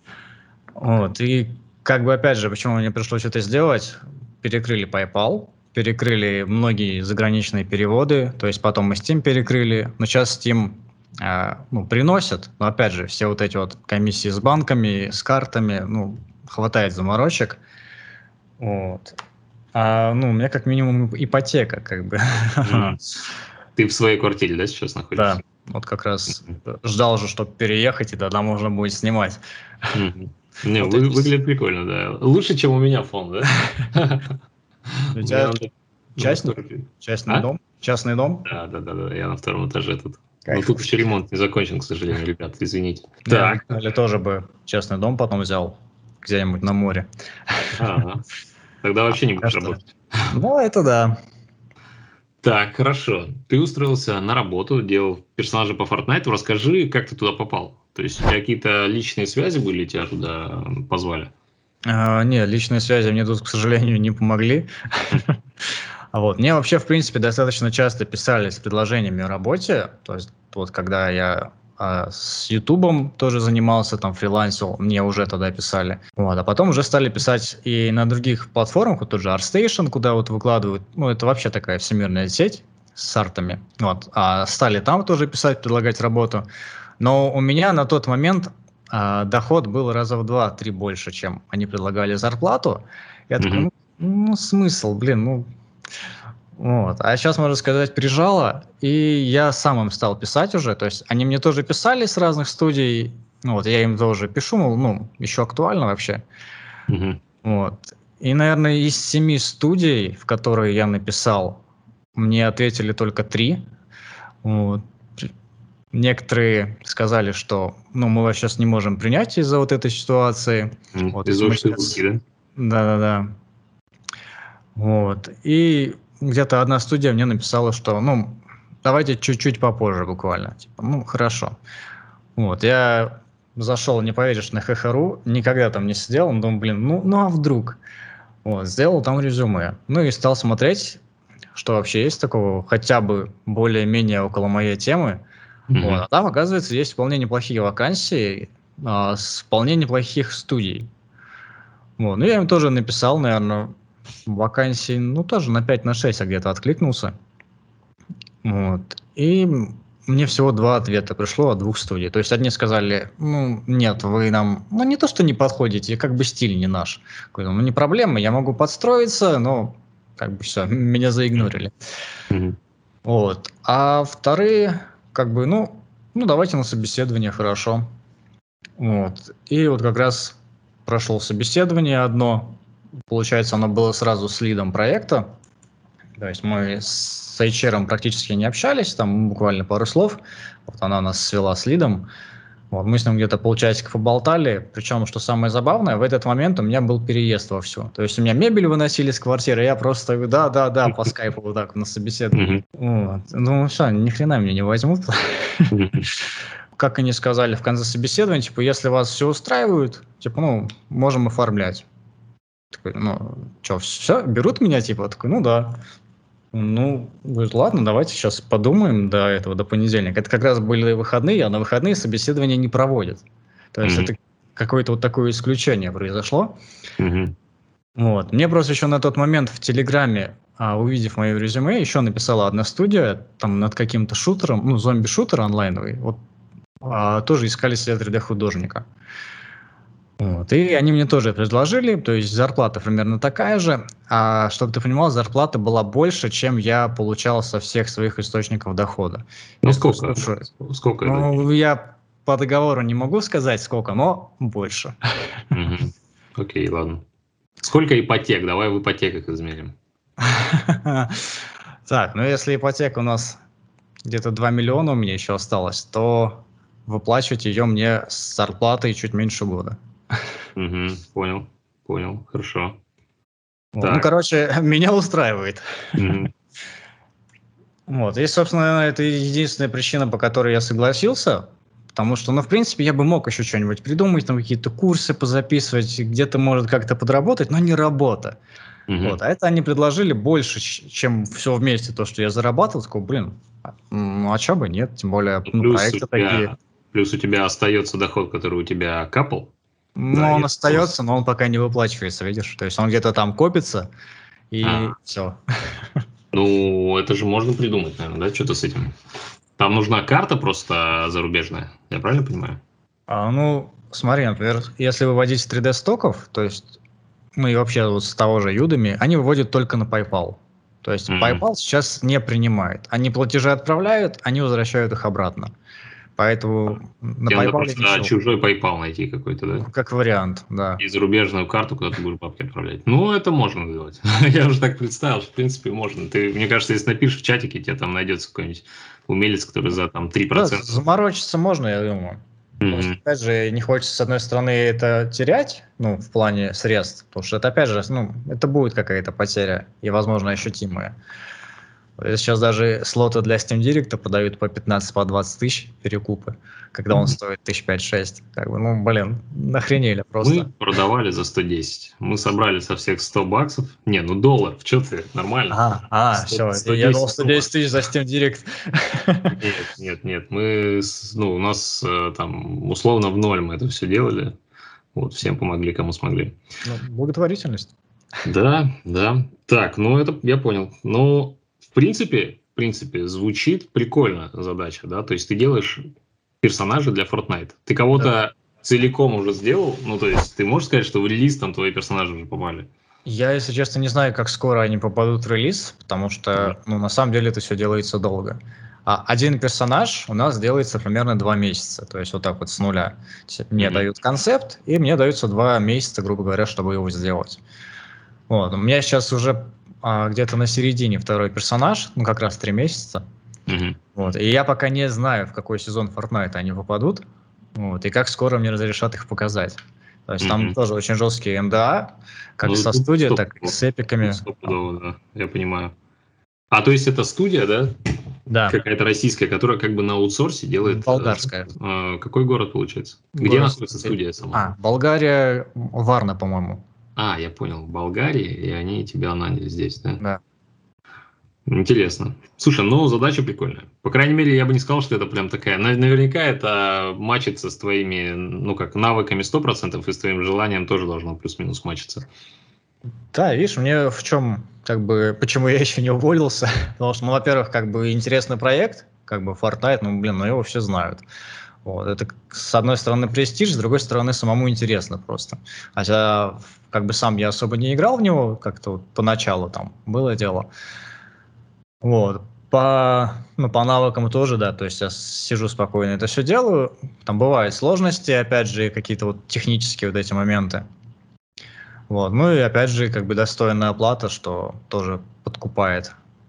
Speaker 3: Вот, и как бы, опять же, почему мне пришлось это сделать, перекрыли PayPal, перекрыли многие заграничные переводы, то есть потом мы Steam перекрыли, но сейчас Steam приносит, но опять же, все вот эти вот комиссии с банками, с картами, хватает заморочек. Вот. У меня как минимум ипотека, как бы.
Speaker 2: Ты в своей квартире, да, сейчас находишься?
Speaker 3: Да, вот как раз ждал же, чтобы переехать, и тогда можно будет снимать.
Speaker 2: Не, выглядит прикольно, да. Лучше, чем у меня фон, да?
Speaker 3: У тебя частный дом? Частный дом?
Speaker 2: Да, я на втором этаже тут. Но тут еще ремонт не закончен, к сожалению, ребят, извините. Так.
Speaker 3: Или тоже бы частный дом потом взял где-нибудь на море.
Speaker 2: Ага. Тогда вообще не будешь работать.
Speaker 3: Ну, это да.
Speaker 2: Так, хорошо. Ты устроился на работу, делал персонажа по Fortnite. Расскажи, как ты туда попал? То есть у тебя какие-то личные связи были, тебя туда позвали?
Speaker 3: Нет, личные связи мне тут, к сожалению, не помогли. Мне вообще, в принципе, достаточно часто писали с предложениями о работе. То есть вот когда я с Ютубом тоже занимался, там фрилансил, мне уже тогда писали. А потом уже стали писать и на других платформах, вот тот же ArtStation, куда вот выкладывают, это вообще такая всемирная сеть с артами. Стали там тоже писать, предлагать работу. Но у меня на тот момент доход был раза в 2-3 больше, чем они предлагали зарплату. Я такой, смысл, А сейчас, можно сказать, прижало, и я сам им стал писать уже, то есть они мне тоже писали с разных студий, я им тоже пишу, еще актуально вообще. И, наверное, из 7 студий, в которые я написал, мне ответили только 3. Некоторые сказали, что мы вас сейчас не можем принять из-за вот этой ситуации.
Speaker 2: Из-за ошибки, да?
Speaker 3: Да. И где-то одна студия мне написала, что, давайте чуть-чуть попозже буквально. Хорошо. Я зашел, не поверишь, на ХХРУ, никогда там не сидел, думаю, а вдруг? Сделал там резюме. И стал смотреть, что вообще есть такого, хотя бы более-менее около моей темы. А там, оказывается, есть вполне неплохие вакансии с вполне неплохих студий. Я им тоже написал, наверное, вакансии, тоже на 5-6 где-то откликнулся. И мне всего 2 ответа пришло от 2 студий. То есть одни сказали, нет, вы нам, не то, что не подходите, как бы стиль не наш. Не проблема, я могу подстроиться, но все, меня заигнорили. А вторые, давайте на собеседование, хорошо. И как раз прошел собеседование одно. Получается, оно было сразу с лидом проекта. То есть мы с HR практически не общались, там буквально пару слов. Она нас свела с лидом. Мы с ним где-то полчасика поболтали. Причем, что самое забавное, в этот момент у меня был переезд вовсю. То есть у меня мебель выносили с квартиры, я просто да, по скайпу вот так на собеседовании. Все, ни хрена меня не возьмут. Как они сказали в конце собеседования, если вас все устраивает, можем оформлять. Такой, все, берут меня, такой, да. Говорит, ладно, давайте сейчас подумаем до понедельника. Это как раз были выходные, а на выходные собеседования не проводят. То есть это какое-то такое исключение произошло. Мне просто еще на тот момент в Телеграме, увидев мое резюме, еще написала одна студия, там над каким-то шутером, зомби-шутер онлайновый, тоже искали себе 3D-художника. И они мне тоже предложили, то есть зарплата примерно такая же, а чтобы ты понимал, зарплата была больше, чем я получал со всех своих источников дохода.
Speaker 2: Сколько? Сколько?
Speaker 3: Я по договору не могу сказать сколько, но больше.
Speaker 2: Окей, ладно. Сколько ипотек? Давай в ипотеках измерим.
Speaker 3: Так, если ипотека у нас где-то 2 миллиона у меня еще осталось, то выплачивать ее мне с зарплатой чуть меньше года.
Speaker 2: Понял, хорошо.
Speaker 3: Меня устраивает. И, собственно, это единственная причина, по которой я согласился, потому что, в принципе, я бы мог еще что-нибудь придумать, там какие-то курсы позаписывать, где-то, может, как-то подработать, но не работа. А это они предложили больше, чем все вместе, то, что я зарабатывал, такой, а чё бы нет, тем более проекты такие.
Speaker 2: Плюс у тебя остается доход, который у тебя капал.
Speaker 3: Он остается, но он пока не выплачивается, видишь? То есть он где-то там копится, и все.
Speaker 2: Ну, это же можно придумать, наверное, да, что-то с этим. Там нужна карта просто зарубежная, я правильно понимаю?
Speaker 3: Ну, смотри, например, если выводить 3D-стоков, то есть, ну и вообще вот с того же Udemy, они выводят только на PayPal. То есть PayPal сейчас не принимает. Они платежи отправляют, они возвращают их обратно. Поэтому на
Speaker 2: Тебе надо
Speaker 3: PayPal
Speaker 2: просто
Speaker 3: ничего.
Speaker 2: чужой PayPal найти какой-то, да?
Speaker 3: Как вариант, да.
Speaker 2: И зарубежную карту, куда ты будешь бабки отправлять. Ну, это можно делать. Я уже так представил, что, в принципе, можно. Ты, мне кажется, если напишешь в чатике, тебе там найдется какой-нибудь умелец, который за там 3%.
Speaker 3: Да, заморочиться можно, я думаю. Просто, опять же, не хочется, с одной стороны, это терять, ну, в плане средств, потому что это, опять же, ну, это будет какая-то потеря, и, возможно, ощутимая. Сейчас даже слоты для Steam Direct подают по 15-20 по 20 тысяч перекупы, когда он стоит 5-6. Как бы, ну, блин, нахренели просто.
Speaker 2: Мы продавали за 110. Мы собрали со всех 100 баксов. Не, ну доллар, что ты, нормально.
Speaker 3: Все, я думал 110 тысяч за Steam Direct.
Speaker 2: Нет. Мы, ну, у нас там условно в ноль мы это все делали. Вот, всем помогли, кому смогли.
Speaker 3: Ну, благотворительность.
Speaker 2: Да. Так, ну это я понял. Ну, в принципе, звучит прикольно задача, да? То есть ты делаешь персонажа для Fortnite. Ты кого-то целиком уже сделал? Ну, то есть ты можешь сказать, что в релиз там твои персонажи уже попали?
Speaker 3: Я, если честно, не знаю, как скоро они попадут в релиз, потому что, ну, на самом деле это все делается долго. Один персонаж у нас делается примерно 2 месяца, то есть вот так вот с нуля. Мне дают концепт, и мне даются 2 месяца, грубо говоря, чтобы его сделать. Вот. У меня сейчас уже где-то на середине второй персонаж, ну как раз 3 месяца. Вот. И я пока не знаю, в какой сезон Fortnite они попадут, вот, и как скоро мне разрешат их показать. То есть там тоже очень жесткие НДА, как
Speaker 2: Ну,
Speaker 3: со студией, так и с эпиками.
Speaker 2: Стопудово, да, я понимаю. А то есть это студия, да?
Speaker 3: Да.
Speaker 2: Какая-то российская, которая как бы на аутсорсе делает...
Speaker 3: Болгарская.
Speaker 2: Какой город получается? Где находится студия сама?
Speaker 3: Болгария, Варна, по-моему.
Speaker 2: Я понял, Болгария, и они тебя наняли здесь, да?
Speaker 3: Да.
Speaker 2: Интересно. Слушай, ну задача прикольная. По крайней мере, я бы не сказал, что это прям такая... Наверняка это мачится с твоими, ну как, навыками 100%, и с твоим желанием тоже должно плюс-минус мачиться.
Speaker 3: Да, видишь, мне в чем, как бы, почему я еще не уволился, потому что, ну, во-первых, как бы интересный проект, как бы Fortnite, ну, блин, ну его все знают. Вот, это, с одной стороны, престиж, с другой стороны, самому интересно просто. Хотя, как бы, сам я особо не играл в него, как-то вот поначалу там было дело. Вот, по навыкам тоже, да, то есть я сижу спокойно, это все делаю, там бывают сложности, опять же, какие-то вот технические вот эти моменты. Вот. Ну и опять же, как бы достойная оплата, что тоже подкупает.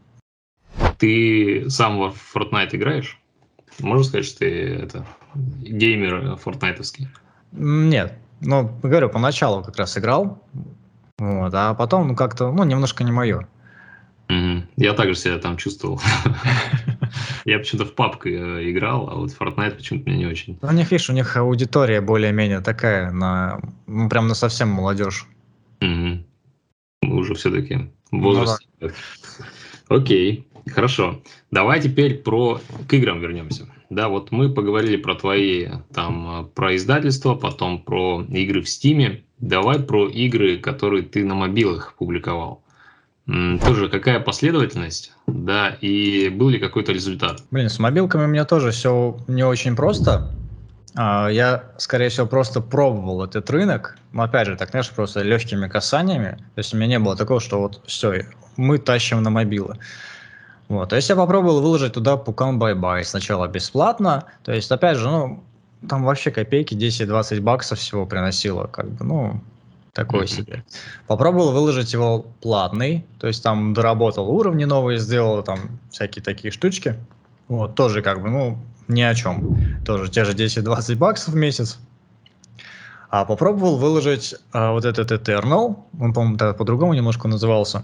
Speaker 2: Ты сам во Fortnite играешь? Можно сказать, что ты геймер фортнайтовский?
Speaker 3: Нет. Ну, говорю, поначалу как раз играл, вот, а потом, ну, как-то, ну, немножко не мое.
Speaker 2: Я также себя там чувствовал. Я почему-то в PUBG играл, а вот Fortnite почему-то мне не очень.
Speaker 3: У них, видишь, у них аудитория более-менее такая, ну, прям на совсем молодежь.
Speaker 2: Мы уже все-таки в возрасте. Ну, да. Окей, хорошо. Давай теперь к играм вернемся. Да, вот мы поговорили про твои, там, про издательство, потом про игры в Стиме. Давай про игры, которые ты на мобилах публиковал. Тоже какая последовательность, да, и был ли какой-то результат?
Speaker 3: Блин, с мобилками у меня тоже все не очень просто. Я, скорее всего, просто пробовал этот рынок, но, опять же, так, знаешь, просто легкими касаниями. То есть у меня не было такого, что вот все, мы тащим на мобилы. Вот. То есть я попробовал выложить туда Pukan Bye Bye сначала бесплатно. То есть, опять же, ну, там вообще копейки, 10-20 баксов всего приносило, как бы, ну, такое себе. Попробовал выложить его платный, то есть там доработал уровни новые, сделал там всякие такие штучки. Вот, тоже как бы, ну, ни о чем. Тоже те же 10-20 баксов в месяц. А попробовал выложить вот этот Eternal, он, по-моему, по-другому немножко назывался.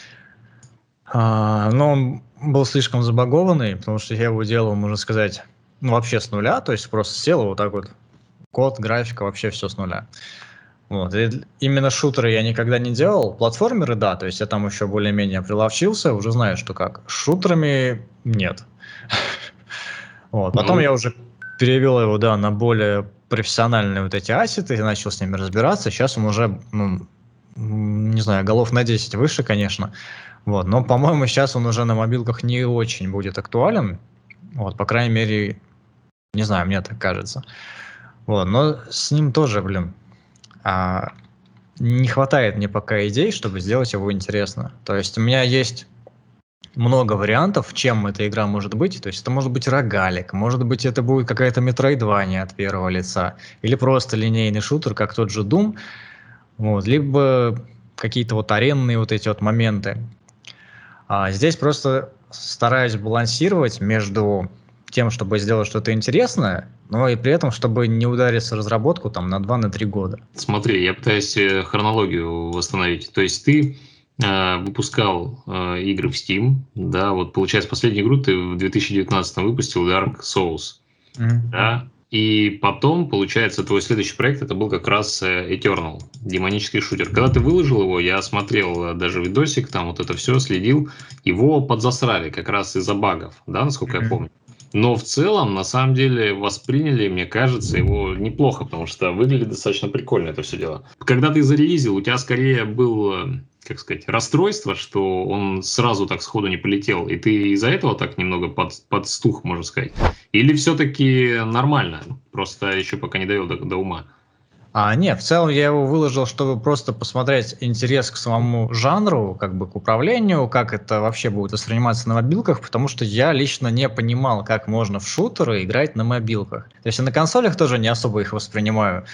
Speaker 3: Но он был слишком забагованный, потому что я его делал, можно сказать, ну, вообще с нуля, то есть просто сел вот так вот, код, графика, вообще все с нуля. Вот. И именно шутеры я никогда не делал, платформеры, да, то есть я там еще более-менее приловчился, уже знаю, что как. С шутерами нет. Вот. Потом я уже перевел его, да, на более профессиональные вот эти ассеты, начал с ними разбираться. Сейчас он уже, ну, не знаю, голов на 10 выше, конечно. Вот, но, по-моему, сейчас он уже на мобилках не очень будет актуален. Вот, по крайней мере, не знаю, мне так кажется. Вот, но с ним тоже, а, не хватает мне пока идей, чтобы сделать его интересно. То есть у меня есть много вариантов, чем эта игра может быть. То есть это может быть рогалик, может быть это будет какая-то метроидвания от первого лица, или просто линейный шутер, как тот же Doom, вот, либо какие-то вот аренные вот эти вот моменты. Здесь просто стараюсь балансировать между тем, чтобы сделать что-то интересное, но и при этом, чтобы не удариться в разработку там на 2-3 года.
Speaker 2: Смотри, я пытаюсь хронологию восстановить. То есть ты выпускал игры в Steam, да, вот получается последнюю игру ты в 2019 выпустил Dark Souls, да, и потом, получается, твой следующий проект это был как раз Eternal, демонический шутер. Когда ты выложил его, я смотрел даже видосик, там вот это все следил, его подзасрали как раз из-за багов, да, насколько я помню. Но в целом, на самом деле, восприняли, мне кажется, его неплохо, потому что выглядит достаточно прикольно это все дело. Когда ты зарелизил, у тебя скорее было, как сказать, расстройство, что он сразу так сходу не полетел, и ты из-за этого так немного подстух, можно сказать? Или все-таки нормально, просто еще пока не довел до ума?
Speaker 3: Нет, в целом я его выложил, чтобы просто посмотреть интерес к самому жанру, как бы к управлению, как это вообще будет восприниматься на мобилках, потому что я лично не понимал, как можно в шутеры играть на мобилках. То есть я на консолях тоже не особо их воспринимаю,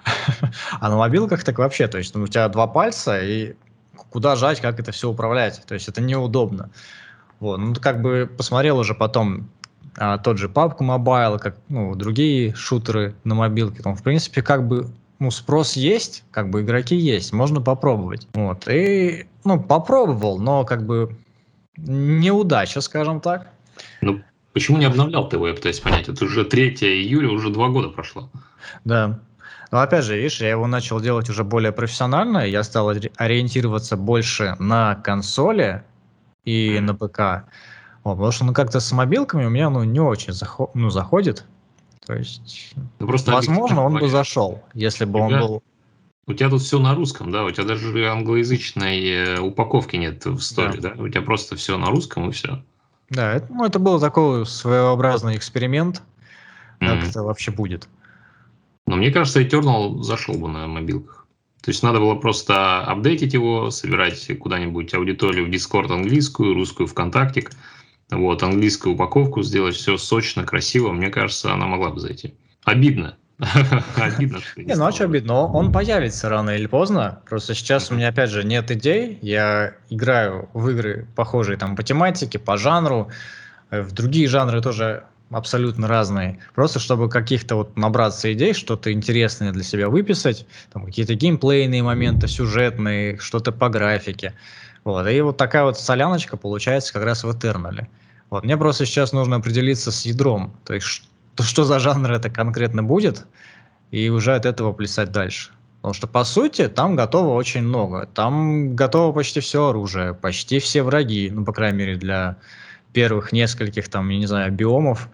Speaker 3: а на мобилках так вообще, то есть у тебя 2 пальца, и куда жать, как это все управлять, то есть это неудобно. Вот, ну как бы посмотрел уже потом тот же PUBG Mobile, как другие шутеры на мобилке, там в принципе как бы спрос есть, как бы игроки есть, можно попробовать. Вот. И, попробовал, но как бы неудача, скажем так.
Speaker 2: Ну, почему не обновлял ты его, я пытаюсь понять. Это уже 3 июля, уже 2 года прошло.
Speaker 3: Да. Но опять же, видишь, я его начал делать уже более профессионально, я стал ориентироваться больше на консоли и на ПК. Вот, потому что как-то с мобилками у меня не очень заходит. То есть,
Speaker 2: просто
Speaker 3: возможно, он бы зашел, если бы он был...
Speaker 2: У тебя тут все на русском, да? У тебя даже англоязычной упаковки нет в сторе, да? У тебя просто все на русском и все.
Speaker 3: Да, это был такой своеобразный эксперимент, как это вообще будет.
Speaker 2: Но мне кажется, Eternal зашел бы на мобилках. То есть надо было просто апдейтить его, собирать куда-нибудь аудиторию в Discord английскую, русскую ВКонтакте. Вот, английскую упаковку сделать, все сочно, красиво. Мне кажется, она могла бы зайти. Обидно. Обидно, что не
Speaker 3: а что обидно? Он появится рано или поздно. Просто сейчас у меня, опять же, нет идей. Я играю в игры, похожие там по тематике, по жанру. В другие жанры тоже абсолютно разные. Просто чтобы каких-то вот набраться идей, что-то интересное для себя выписать. Там какие-то геймплейные моменты, сюжетные, что-то по графике. Вот. И вот такая вот соляночка получается как раз в Eternal. Вот. Мне просто сейчас нужно определиться с ядром. То есть, что за жанр это конкретно будет, и уже от этого плясать дальше. Потому что, по сути, там готово очень много. Там готово почти все оружие, почти все враги, по крайней мере, для первых нескольких, там, я не знаю, биомов.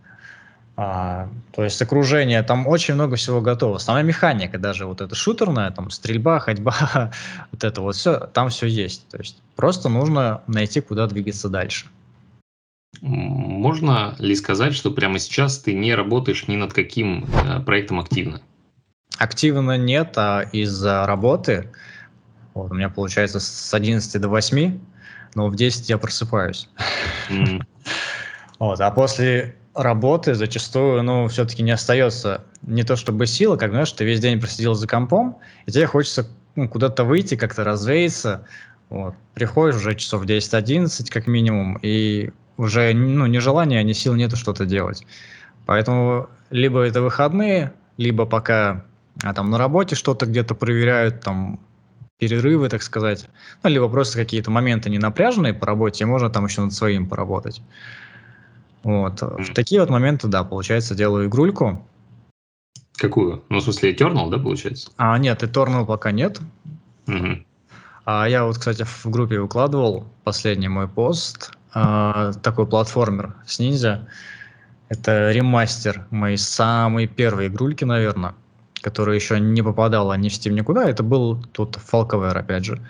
Speaker 3: То есть окружение, там очень много всего готово. Сама механика даже вот эта шутерная, там стрельба, ходьба, вот это вот все, там все есть. То есть просто нужно найти, куда двигаться дальше.
Speaker 2: Можно ли сказать, что прямо сейчас ты не работаешь ни над каким проектом активно?
Speaker 3: Активно нет, а из-за работы, вот, у меня получается с 11 до 8, но в 10 я просыпаюсь. Вот, а после работы зачастую, все-таки не остается не то чтобы сила, как, знаешь, ты весь день просидел за компом, и тебе хочется куда-то выйти, как-то развеяться. Вот. Приходишь уже часов 10-11 как минимум, и уже ни желания, ни сил нету что-то делать. Поэтому либо это выходные, либо пока там на работе что-то где-то проверяют, там перерывы, так сказать, либо просто какие-то моменты ненапряженные по работе, и можно там еще над своим поработать. Вот. В такие вот моменты, да, получается, делаю игрульку.
Speaker 2: Какую? Ну, в смысле, Eternal, да, получается?
Speaker 3: Нет, Eternal пока нет. Я вот, кстати, в группе выкладывал последний мой пост. Такой платформер с ниндзя. Это ремастер моей самой первой игрульки, наверное. которая еще не попадала ни в Steam никуда, это был тут Falcover, опять же.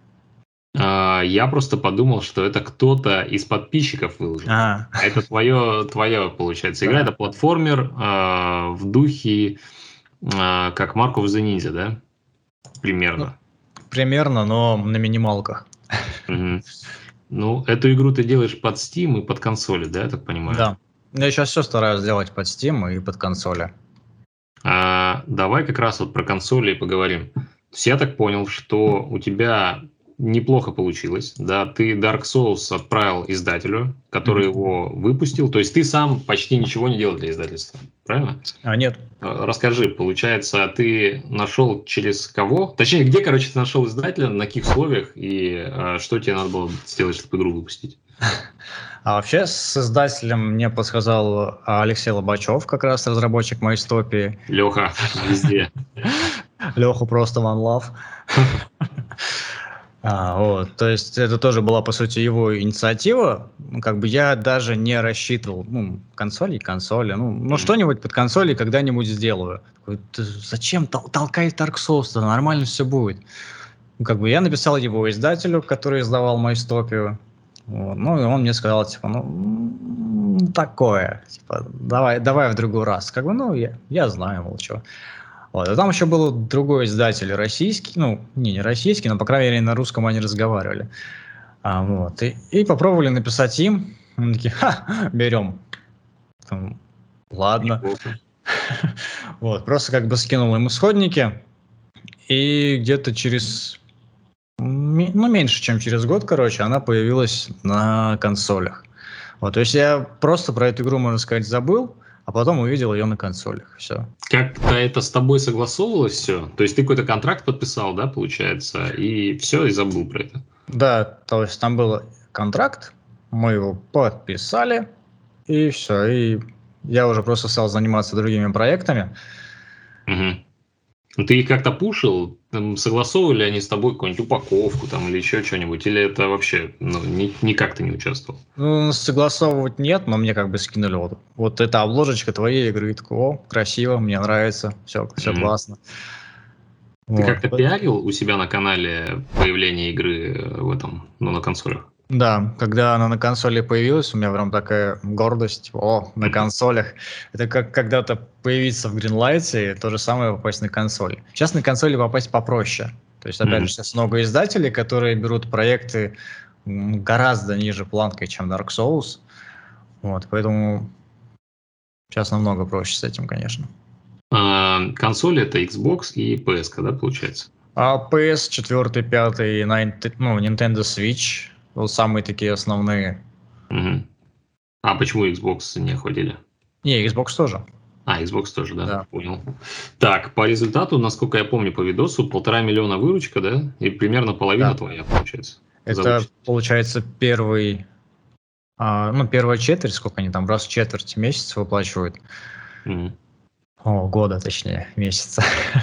Speaker 2: Я просто подумал, что это кто-то из подписчиков выложил.
Speaker 3: А,
Speaker 2: Это твоя получается, игра.
Speaker 3: Да.
Speaker 2: Это платформер в духе как Mark of the Ninja, да? Примерно.
Speaker 3: примерно, но на минималках.
Speaker 2: Мгм. Ну, эту игру ты делаешь под Steam и под консоли, да, я так понимаю?
Speaker 3: Да. Я сейчас все стараюсь сделать под Steam и под консоли.
Speaker 2: Давай как раз вот про консоли и поговорим. То есть я так понял, что у тебя неплохо получилось, да, ты Dark Souls отправил издателю, который его выпустил, то есть ты сам почти ничего не делал для издательства, правильно?
Speaker 3: Нет.
Speaker 2: Расскажи, получается, ты нашел через кого? Точнее, где, короче, ты нашел издателя, на каких условиях и что тебе надо было сделать, чтобы игру выпустить?
Speaker 3: А вообще с издателем мне подсказал Алексей Лобачев, как раз разработчик MyStopia.
Speaker 2: Леха, везде.
Speaker 3: Леху просто one love. Вот, то есть это тоже была, по сути, его инициатива. Ну, как бы я даже не рассчитывал, консоли, что-нибудь под консоли когда-нибудь сделаю. Такой, зачем толкать Dark Souls, нормально все будет. Ну, как бы я написал его издателю, который издавал MyStopia. Вот, и он мне сказал, типа, такое, типа, давай в другой раз. Как бы, я знаю, мол, что. Вот. А там еще был другой издатель российский, не российский, но, по крайней мере, на русском они разговаривали. Вот. И попробовали написать им. Они такие, берем. Ладно. Вот. Просто как бы скинул им исходники. И где-то через, меньше, чем через год, короче, она появилась на консолях. Вот. То есть я просто про эту игру, можно сказать, забыл. А потом увидел ее на консолях. Все.
Speaker 2: Как-то это с тобой согласовывалось все? То есть ты какой-то контракт подписал, да, получается, и все, и забыл про это?
Speaker 3: Да, то есть там был контракт, мы его подписали, и все. И я уже просто стал заниматься другими проектами.
Speaker 2: Угу. Ну, ты их как-то пушил? Согласовывали они с тобой какую-нибудь упаковку там, или еще что-нибудь? Или это вообще никак ты не участвовал?
Speaker 3: Согласовывать нет, но мне как бы скинули вот эта обложечка твоей игры. Такой, красиво, мне нравится, все классно.
Speaker 2: Ты как-то пиарил у себя на канале появление игры в этом, на консолях?
Speaker 3: Да, когда она на консоли появилась, у меня прям такая гордость, на консолях. Это как когда-то появиться в Greenlight, и то же самое попасть на консоль. Сейчас на консоли попасть попроще. То есть, опять же, сейчас много издателей, которые берут проекты гораздо ниже планкой, чем Dark Souls. Вот, поэтому сейчас намного проще с этим, конечно.
Speaker 2: Консоли это Xbox и PS, да, получается?
Speaker 3: PS 4, 5, Nintendo Switch. Вот самые такие основные.
Speaker 2: Угу. А почему Xbox не охватили?
Speaker 3: Не, Xbox тоже.
Speaker 2: Xbox тоже, да,
Speaker 3: Да.
Speaker 2: понял. Так, по результату, насколько я помню по видосу, 1,5 миллиона выручка, да? И примерно половина твоя, получается.
Speaker 3: Это, получается, первая четверть, сколько они там, раз в четверть месяца выплачивают. Года, точнее, месяца.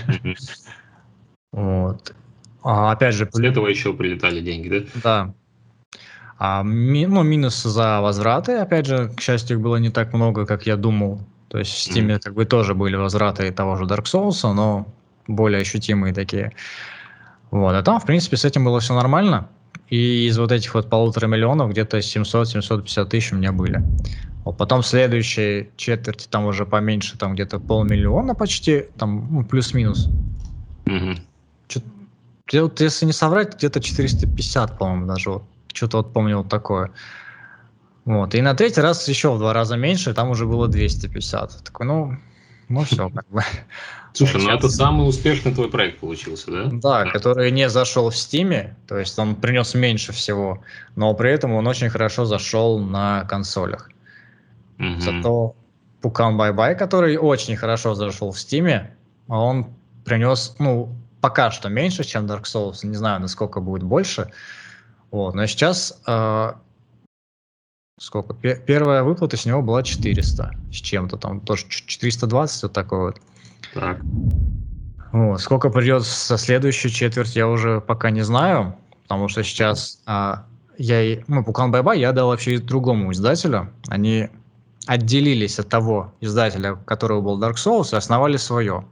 Speaker 3: Вот. Опять же...
Speaker 2: После этого еще прилетали деньги, да?
Speaker 3: Да. Минус за возвраты, опять же, к счастью, их было не так много, как я думал. То есть в Steam как бы тоже были возвраты того же Dark Souls, но более ощутимые такие. Вот. А там, в принципе, с этим было все нормально. И из вот этих вот 1,5 миллиона где-то 700-750 тысяч у меня были. Вот потом в следующей четверти там уже поменьше, там где-то 500 000 почти, там плюс-минус. Если не соврать, где-то 450, по-моему, даже вот. Что-то вот помню вот такое. Вот. И на третий раз еще в 2 раза меньше, там уже было 250. Такой, все, как бы.
Speaker 2: Слушай, это самый успешный твой проект получился, да?
Speaker 3: Да, который не зашел в Steam, то есть он принес меньше всего, но при этом он очень хорошо зашел на консолях. Зато Pukan Bye Bye, который очень хорошо зашел в Steam, он принес, пока что меньше, чем Dark Souls. Не знаю, насколько будет больше. Вот, но сейчас сколько? Первая выплата с него была 400 с чем-то, там тоже 420, вот такой вот.
Speaker 2: Так.
Speaker 3: Вот. Сколько придет со следующей четверть, я уже пока не знаю, потому что сейчас Pukan Bye Bye я дал вообще другому издателю. Они отделились от того издателя, у которого был Dark Souls, и основали свое.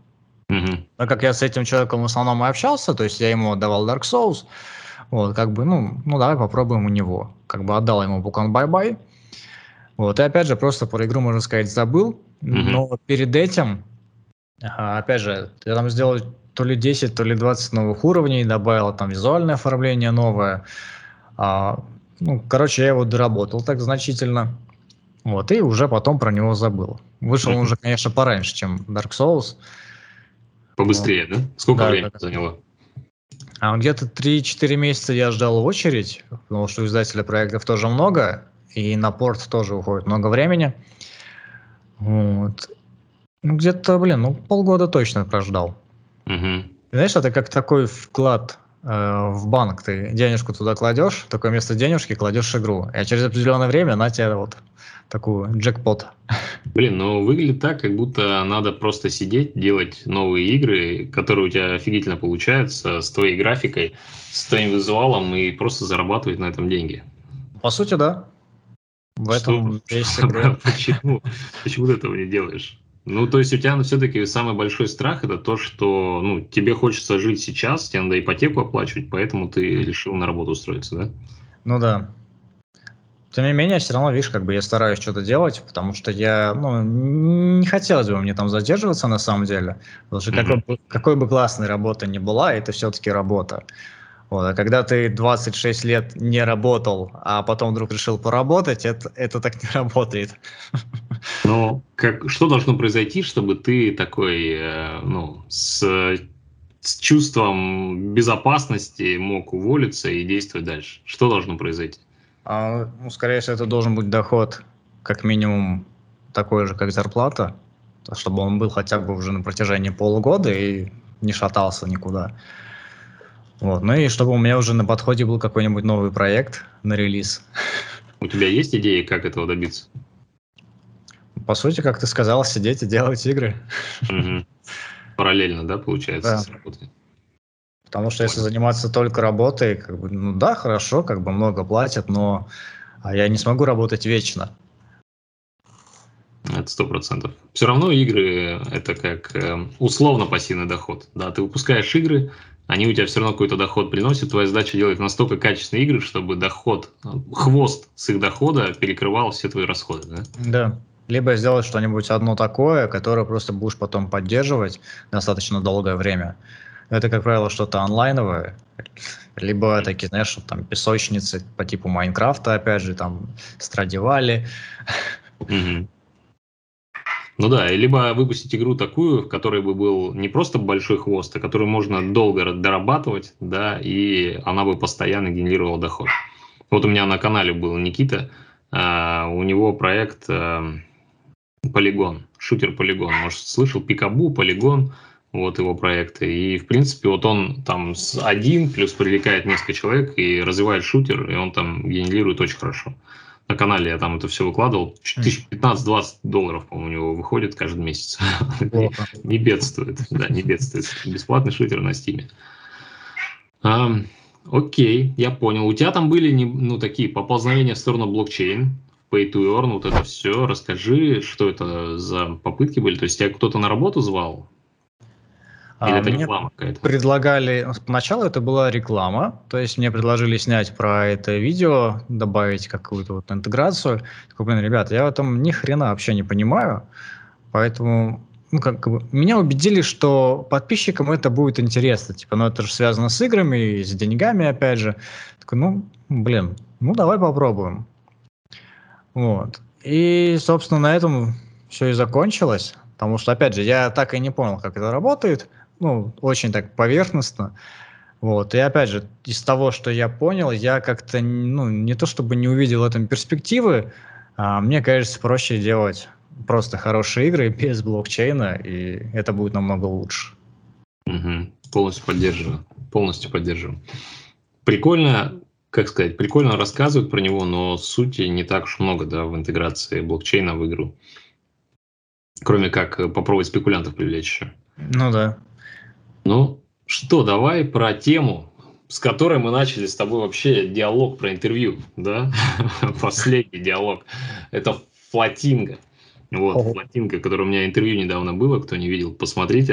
Speaker 2: Мгм.
Speaker 3: Так как я с этим человеком в основном и общался, то есть я ему отдавал Dark Souls, вот, как бы, ну давай попробуем у него. Как бы отдал ему Book on Bye-Bye. Вот, и опять же, просто про игру, можно сказать, забыл,
Speaker 2: Мгм.
Speaker 3: но перед этим, опять же, я там сделал то ли 10, то ли 20 новых уровней, добавил там визуальное оформление новое. Короче, я его доработал так значительно. Вот, и уже потом про него забыл. Вышел он
Speaker 2: Мгм.
Speaker 3: уже, конечно, пораньше, чем Dark Souls. Вот.
Speaker 2: Побыстрее, да? Сколько
Speaker 3: Да,
Speaker 2: времени
Speaker 3: да, да.
Speaker 2: заняло?
Speaker 3: Где-то 3-4 месяца я ждал очередь, потому что у издателя проектов тоже много, и на порт тоже уходит много времени. Вот. Где-то, полгода точно прождал.
Speaker 2: Мгм.
Speaker 3: Знаешь, это как такой вклад в банк. Ты денежку туда кладешь, такое место денежки кладешь игру. И через определенное время на тебе вот такую джекпот.
Speaker 2: Блин, ну выглядит так, как будто надо просто сидеть, делать новые игры, которые у тебя офигительно получаются, с твоей графикой, с твоим визуалом и просто зарабатывать на этом деньги.
Speaker 3: По сути, да. В
Speaker 2: Что,
Speaker 3: этом весь секрет.
Speaker 2: почему ты этого не делаешь? Ну, то есть у тебя все-таки самый большой страх это то, что тебе хочется жить сейчас, тебе надо ипотеку оплачивать, поэтому ты решил на работу устроиться, да?
Speaker 3: Ну да. Тем не менее, все равно, видишь, как бы я стараюсь что-то делать, потому что не хотелось бы мне там задерживаться на самом деле. Потому что
Speaker 2: Мгм.
Speaker 3: какой бы классной работа ни была, это все-таки работа. Вот. А когда ты 26 лет не работал, а потом вдруг решил поработать, это так не работает.
Speaker 2: Но что должно произойти, чтобы ты такой, с чувством безопасности мог уволиться и действовать дальше? Что должно произойти?
Speaker 3: Скорее всего, это должен быть доход как минимум такой же, как зарплата, чтобы он был хотя бы уже на протяжении полугода и не шатался никуда. Вот. Ну и чтобы у меня уже на подходе был какой-нибудь новый проект на релиз.
Speaker 2: У тебя есть идеи, как этого добиться?
Speaker 3: По сути, как ты сказал, сидеть и делать игры.
Speaker 2: Мгм. Параллельно, да, получается,
Speaker 3: Да.
Speaker 2: с работой?
Speaker 3: Потому что если
Speaker 2: Понял.
Speaker 3: заниматься только работой, да, хорошо, как бы много платят, но я не смогу работать вечно.
Speaker 2: Это 100%. Все равно игры это как условно пассивный доход. Да, ты выпускаешь игры, они у тебя все равно какой-то доход приносят. Твоя задача делать настолько качественные игры, чтобы хвост с их дохода перекрывал все твои расходы. Да?
Speaker 3: Да. Либо сделать что-нибудь одно такое, которое просто будешь потом поддерживать достаточно долгое время. Это, как правило, что-то онлайновое, либо такие, знаешь, вот там песочницы по типу Майнкрафта, опять же, там Страдивали.
Speaker 2: Мгм. Ну да, либо выпустить игру такую, в которой бы был не просто большой хвост, а которую можно долго дорабатывать, да, и она бы постоянно генерировала доход. Вот у меня на канале был Никита, у него проект Полигон, шутер Полигон. Может, слышал, Пикабу, Полигон, вот его проекты. И, в принципе, вот он там один, плюс привлекает несколько человек и развивает шутер, и он там генерирует очень хорошо. На канале я там это все выкладывал. Тысяч 15-20 долларов, по-моему, у него выходит каждый месяц. Не,
Speaker 3: Неплохо.
Speaker 2: не бедствует. Да, не бедствует. Бесплатный шутер на Стиме. Окей, я понял. У тебя там были такие поползновения в сторону блокчейн, pay to earn, вот это все. Расскажи, что это за попытки были? То есть тебя кто-то на работу звал? Или это
Speaker 3: Мне
Speaker 2: реклама какая-то?
Speaker 3: предлагали, поначалу это была реклама, то есть мне предложили снять про это видео, добавить какую-то вот интеграцию. Такой, ребята, я в этом ни хрена вообще не понимаю, поэтому как бы, меня убедили, что подписчикам это будет интересно. Типа, это же связано с играми и с деньгами, опять же. Такой, давай попробуем. Вот. И, собственно, на этом все и закончилось. Потому что, опять же, я так и не понял, как это работает. Очень так поверхностно. Вот. И опять же, из того, что я понял, я как-то, не то чтобы не увидел в этом перспективы, мне кажется, проще делать просто хорошие игры без блокчейна, и это будет намного лучше.
Speaker 2: Мгм. Полностью поддерживаю. Полностью поддерживаю. Прикольно, как сказать, прикольно рассказывают про него, но сути не так уж много, да, в интеграции блокчейна в игру. Кроме как попробовать спекулянтов привлечь еще.
Speaker 3: Ну да.
Speaker 2: Ну что, давай про тему, с которой мы начали с тобой вообще диалог про интервью, да? Последний диалог. Это Флатинга. Вот,
Speaker 3: Ого.
Speaker 2: Флатинга, которое у меня интервью недавно было, кто не видел, посмотрите.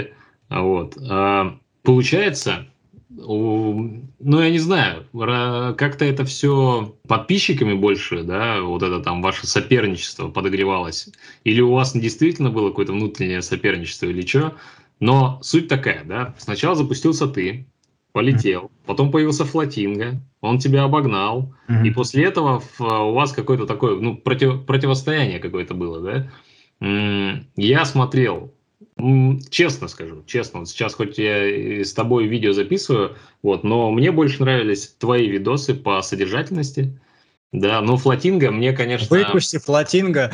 Speaker 2: Вот. Получается, ну, я не знаю, как-то это все подписчиками больше, да, вот это там ваше соперничество подогревалось, или у вас действительно было какое-то внутреннее соперничество или что, но суть такая, да, сначала запустился ты, полетел, потом появился Флатинга, он тебя обогнал, и после этого у вас какое-то такое, ну, противостояние какое-то было, да. Я смотрел. Честно скажу, честно, вот сейчас хоть я с тобой видео записываю, вот, но мне больше нравились твои видосы по содержательности, да, но Флатинга мне, конечно...
Speaker 3: Выпусти Флатинга.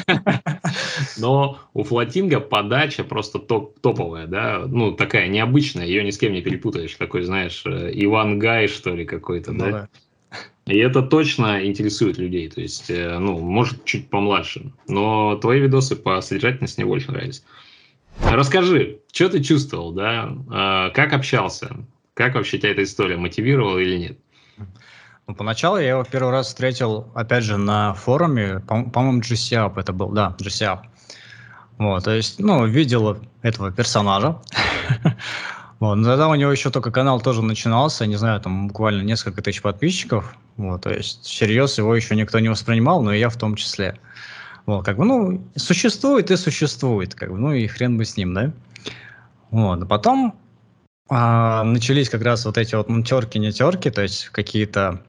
Speaker 2: Но у Флатинга подача просто топовая, да, ну, такая необычная, ее ни с кем не перепутаешь, такой, знаешь, Иван Гай, что ли, какой-то,
Speaker 3: Ну
Speaker 2: да? И это точно интересует людей, то есть, ну, может, чуть помладше, но твои видосы по содержательности мне больше нравились. Расскажи, что ты чувствовал, да? Как общался? Как вообще тебя эта история мотивировала или нет?
Speaker 3: Ну, поначалу я его первый раз встретил, опять же, на форуме, по-моему, GCAP это был, да, GCAP. Вот, то есть, ну, видел этого персонажа. Вот, но тогда у него еще только канал тоже начинался, не знаю, там буквально несколько тысяч подписчиков. Вот, то есть, всерьез его еще никто не воспринимал, но и я в том числе. Вот, как бы, ну, существует и существует, как бы, ну и хрен бы с ним, да? Вот, а потом начались как раз вот эти вот терки-не-терки, то есть какие-то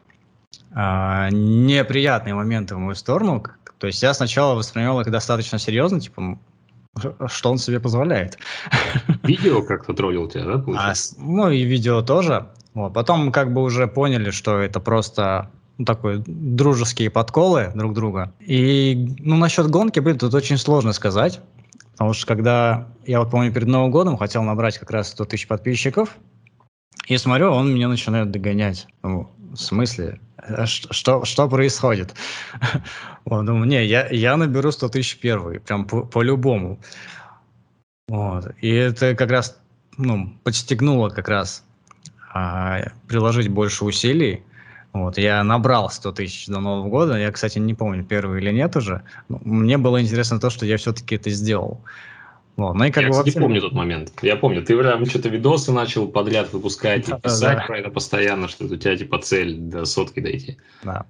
Speaker 3: неприятные моменты в мою сторону. То есть я сначала воспринимал их достаточно серьезно, типа, что он себе позволяет.
Speaker 2: Видео как-то троллил тебя, да, получается?
Speaker 3: Ну и видео тоже. Вот. Потом мы как бы уже поняли, что это просто такой дружеские подколы друг друга. И ну, насчет гонки, блин, тут очень сложно сказать. Потому что когда, я вот помню, перед Новым годом хотел набрать как раз 100 тысяч подписчиков, и смотрю, он меня начинает догонять. Ну, в смысле? Что происходит? Вот, думаю, не, я наберу 100 тысяч первый, прям по-любому. Вот. И это как раз, ну, подстегнуло как раз приложить больше усилий. Вот. Я набрал 100 тысяч до Нового года. Я, кстати, не помню, первый или нет уже. Но мне было интересно то, что я все-таки это сделал. Вот. Ну, и как
Speaker 2: Я,
Speaker 3: бы
Speaker 2: кстати,
Speaker 3: вообще...
Speaker 2: помню тот момент. Я помню, ты прям что-то видосы начал подряд выпускать и писать про это постоянно, что у тебя типа цель до 100 дойти.
Speaker 3: Да.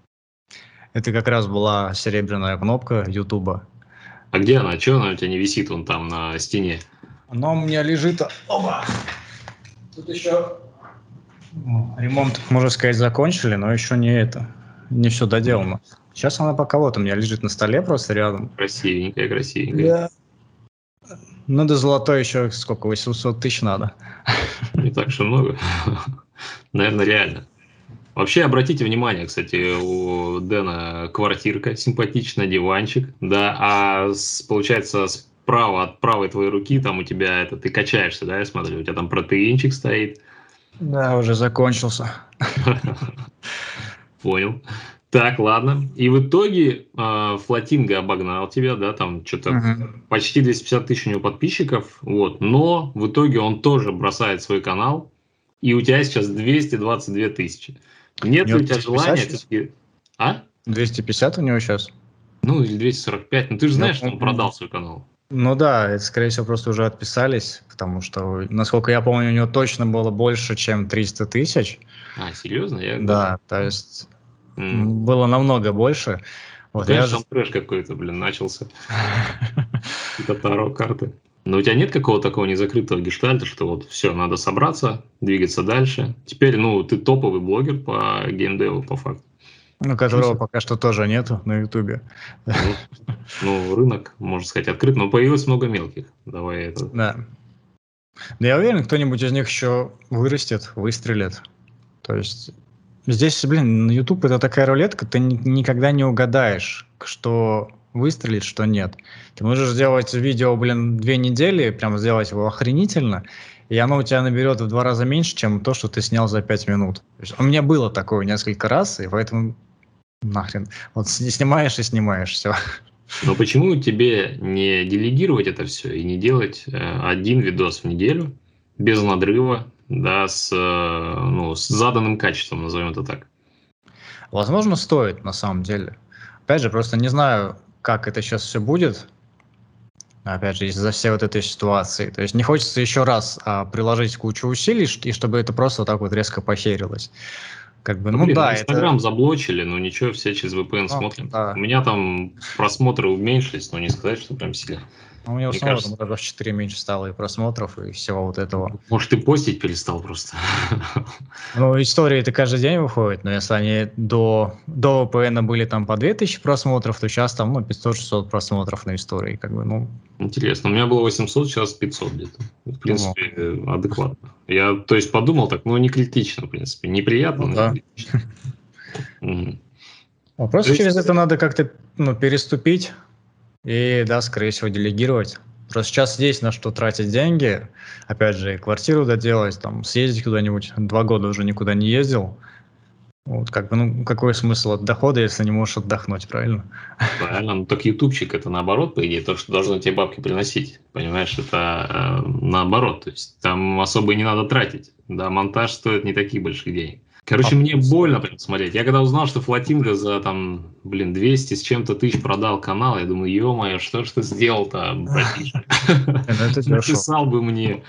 Speaker 3: Это как раз была серебряная кнопка Ютуба.
Speaker 2: А где она? Чего она у тебя не висит вон там на стене?
Speaker 3: Она у меня лежит... Оба! Тут еще... Ремонт, можно сказать, закончили, но еще не все доделано. Сейчас она пока вот у меня лежит на столе просто рядом.
Speaker 2: Красивенькая, красивенькая.
Speaker 3: Да. Ну, до золотой еще сколько, 800 тысяч надо.
Speaker 2: Не так уж и много. Наверное, реально. Вообще, обратите внимание, кстати, у Дэна квартирка симпатичная, диванчик, да, получается, справа от правой твоей руки, там у тебя ты качаешься, да, я смотрю, у тебя там протеинчик стоит.
Speaker 3: Да, уже закончился.
Speaker 2: Понял. Так, ладно. И в итоге Флатинга обогнал тебя, да, там что-то почти 250 тысяч у него подписчиков, вот, но в итоге он тоже бросает свой канал, и у тебя сейчас 222 тысячи. Нет ли у тебя желания все-таки...
Speaker 3: 250 у него сейчас?
Speaker 2: Ну, или 245. Ну, ты же знаешь, что он продал свой канал.
Speaker 3: Ну да, это, скорее всего, просто уже отписались, потому что, насколько я помню, у него точно было больше, чем 300 тысяч.
Speaker 2: Серьезно?
Speaker 3: Да, то есть было намного больше. Вот,
Speaker 2: конечно, там трэш какой-то, начался. Это таро карты. Но у тебя нет какого-то такого незакрытого гештальта, что вот все, надо собраться, двигаться дальше. Теперь, ты топовый блогер по геймдеву, по факту.
Speaker 3: Которого пока что тоже нету на Ютубе.
Speaker 2: Рынок, можно сказать, открыт, но появилось много мелких. Давай это.
Speaker 3: Да. Да я уверен, кто-нибудь из них еще вырастет, выстрелит. То есть здесь, на YouTube это такая рулетка, ты никогда не угадаешь, что выстрелит, что нет. Ты можешь сделать видео, 2 недели, прям сделать его охренительно, и оно у тебя наберет в 2 раза меньше, чем то, что ты снял за 5 минут. То есть у меня было такое несколько раз, и поэтому нахрен. Вот снимаешь и снимаешь, все.
Speaker 2: Но почему тебе не делегировать это все и не делать один видос в неделю без надрыва, да, с заданным качеством, назовем это так?
Speaker 3: Возможно, стоит, на самом деле. Опять же, просто не знаю, как это сейчас все будет. Опять же, из-за всей вот этой ситуации. То есть не хочется еще раз приложить кучу усилий, и чтобы это просто вот так вот резко похерилось. Как бы,
Speaker 2: Да,
Speaker 3: ну
Speaker 2: блин,
Speaker 3: да,
Speaker 2: Инстаграм
Speaker 3: это...
Speaker 2: заблочили, но ничего, все через VPN
Speaker 3: Ну,
Speaker 2: смотрим. У
Speaker 3: да.
Speaker 2: меня там просмотры уменьшились, но не сказать, что прям сильно.
Speaker 3: У меня у
Speaker 2: Мне
Speaker 3: самого
Speaker 2: кажется,
Speaker 3: там раза в 4 меньше стало и просмотров, и всего вот этого.
Speaker 2: может, ты постить перестал просто.
Speaker 3: Ну, истории-то каждый день выходят, но если они до VPN были там по 2000 просмотров, то сейчас там, 500-600 просмотров на истории, как бы, ну...
Speaker 2: Интересно, у меня было 800, сейчас 500 где-то. В принципе,
Speaker 3: Ну,
Speaker 2: адекватно. Я, то есть, подумал так, не критично, в принципе. Неприятно,
Speaker 3: ну
Speaker 2: но
Speaker 3: да.
Speaker 2: не критично. Мгм. То
Speaker 3: Просто
Speaker 2: есть,
Speaker 3: через это надо как-то, переступить и, да, скорее всего, делегировать. Просто сейчас есть на что тратить деньги. Опять же, и квартиру доделать, там, съездить куда-нибудь. 2 года уже никуда не ездил. Вот, как бы, какой смысл от дохода, если не можешь отдохнуть, правильно?
Speaker 2: правильно, ну так ютубчик это наоборот, по идее, то, что должно тебе бабки приносить. Понимаешь, это наоборот. То есть там особо и не надо тратить. Да, монтаж стоит не таких больших денег. Короче, мне больно прям смотреть. Я когда узнал, что Флатинга за 200 с чем-то тысяч продал канал, я думаю, ё-моё, что ж ты сделал-то, братишка?
Speaker 3: Это дешево.
Speaker 2: Написал бы мне.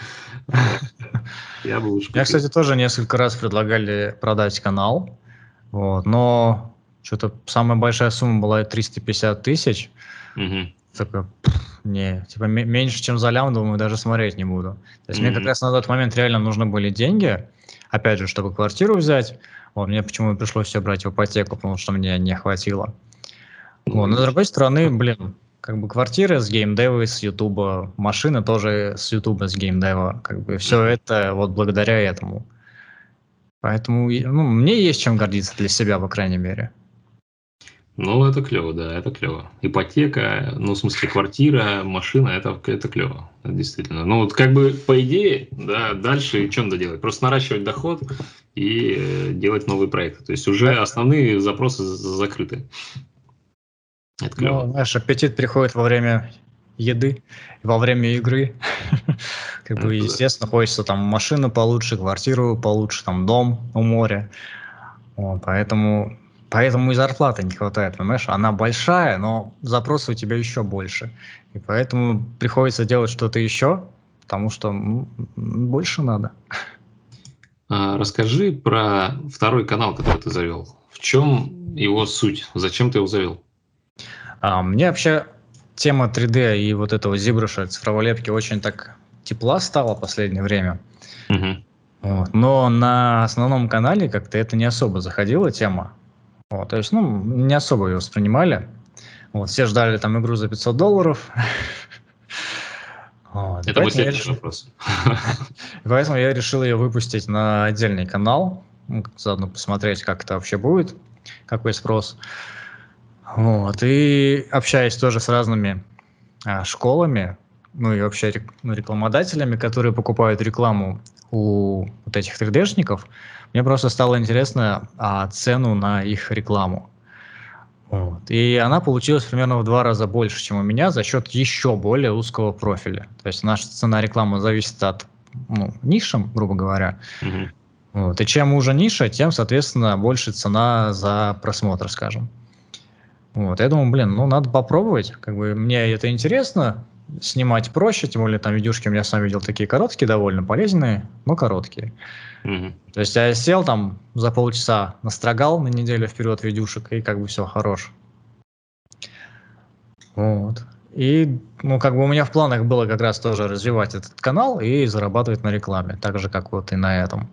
Speaker 2: Я бы уж
Speaker 3: Мне,
Speaker 2: купил.
Speaker 3: кстати, тоже несколько раз предлагали продать канал, вот, но что-то самая большая сумма была 350 тысяч.
Speaker 2: Мгм.
Speaker 3: Такой, не, типа меньше, чем за лям, думаю, даже смотреть не буду. То есть мне как
Speaker 2: Мгм.
Speaker 3: раз на тот момент реально нужны были деньги, опять же, чтобы квартиру взять. Вот, мне почему пришлось все брать в ипотеку, потому что мне не хватило. Вот, но с другой стороны, блин, как бы квартиры с геймдева, с ютуба, машины тоже с ютуба, с геймдева, как бы все это вот благодаря этому. Поэтому, мне есть чем гордиться для себя, по крайней мере.
Speaker 2: Ну, это клево, да, это клево. Ипотека, в смысле, квартира, машина, это клево, это действительно. Ну, вот как бы по идее, да, дальше что надо делать? Просто наращивать доход и делать новые проекты. То есть уже основные запросы закрыты. Это клево.
Speaker 3: Ну, знаешь, аппетит приходит во время еды, во время игры. Как бы,
Speaker 2: Это да.
Speaker 3: естественно, хочется там машину получше, квартиру получше, там дом у моря. Вот, поэтому и зарплаты не хватает, понимаешь? Она большая, но запросы у тебя еще больше. И поэтому приходится делать что-то еще, потому что больше надо.
Speaker 2: Расскажи про второй канал, который ты завел. В чем его суть? Зачем ты его завел?
Speaker 3: Мне вообще тема 3D и вот этого ZBrush цифровой лепки очень так тепла стала в последнее время.
Speaker 2: Мгм.
Speaker 3: Вот. Но на основном канале как-то это не особо заходила тема. Вот. То есть, не особо ее воспринимали. Вот. Все ждали там игру за $500. Вот.
Speaker 2: Это мой следующий вопрос.
Speaker 3: Поэтому я решил ее выпустить на отдельный канал. Заодно посмотреть, как это вообще будет, какой спрос. Вот. И общаясь тоже с разными школами, и вообще рекламодателями, которые покупают рекламу у вот этих 3D-шников, мне просто стало интересно цену на их рекламу. Вот. И она получилась примерно в 2 раза больше, чем у меня, за счет еще более узкого профиля. То есть наша цена рекламы зависит от ниши, грубо говоря.
Speaker 2: Мгм.
Speaker 3: Вот. И чем уже ниша, тем, соответственно, больше цена за просмотр, скажем. Вот. Я думаю, надо попробовать. Как бы мне это интересно. Снимать проще, тем более там видюшки у меня, сам видел, такие короткие, довольно полезные, но короткие.
Speaker 2: Мгм.
Speaker 3: То есть я сел там за полчаса, настрогал на неделю вперед видюшек, и как бы все, хорош. Вот. И, как бы у меня в планах было как раз тоже развивать этот канал и зарабатывать на рекламе, так же, как вот и на этом.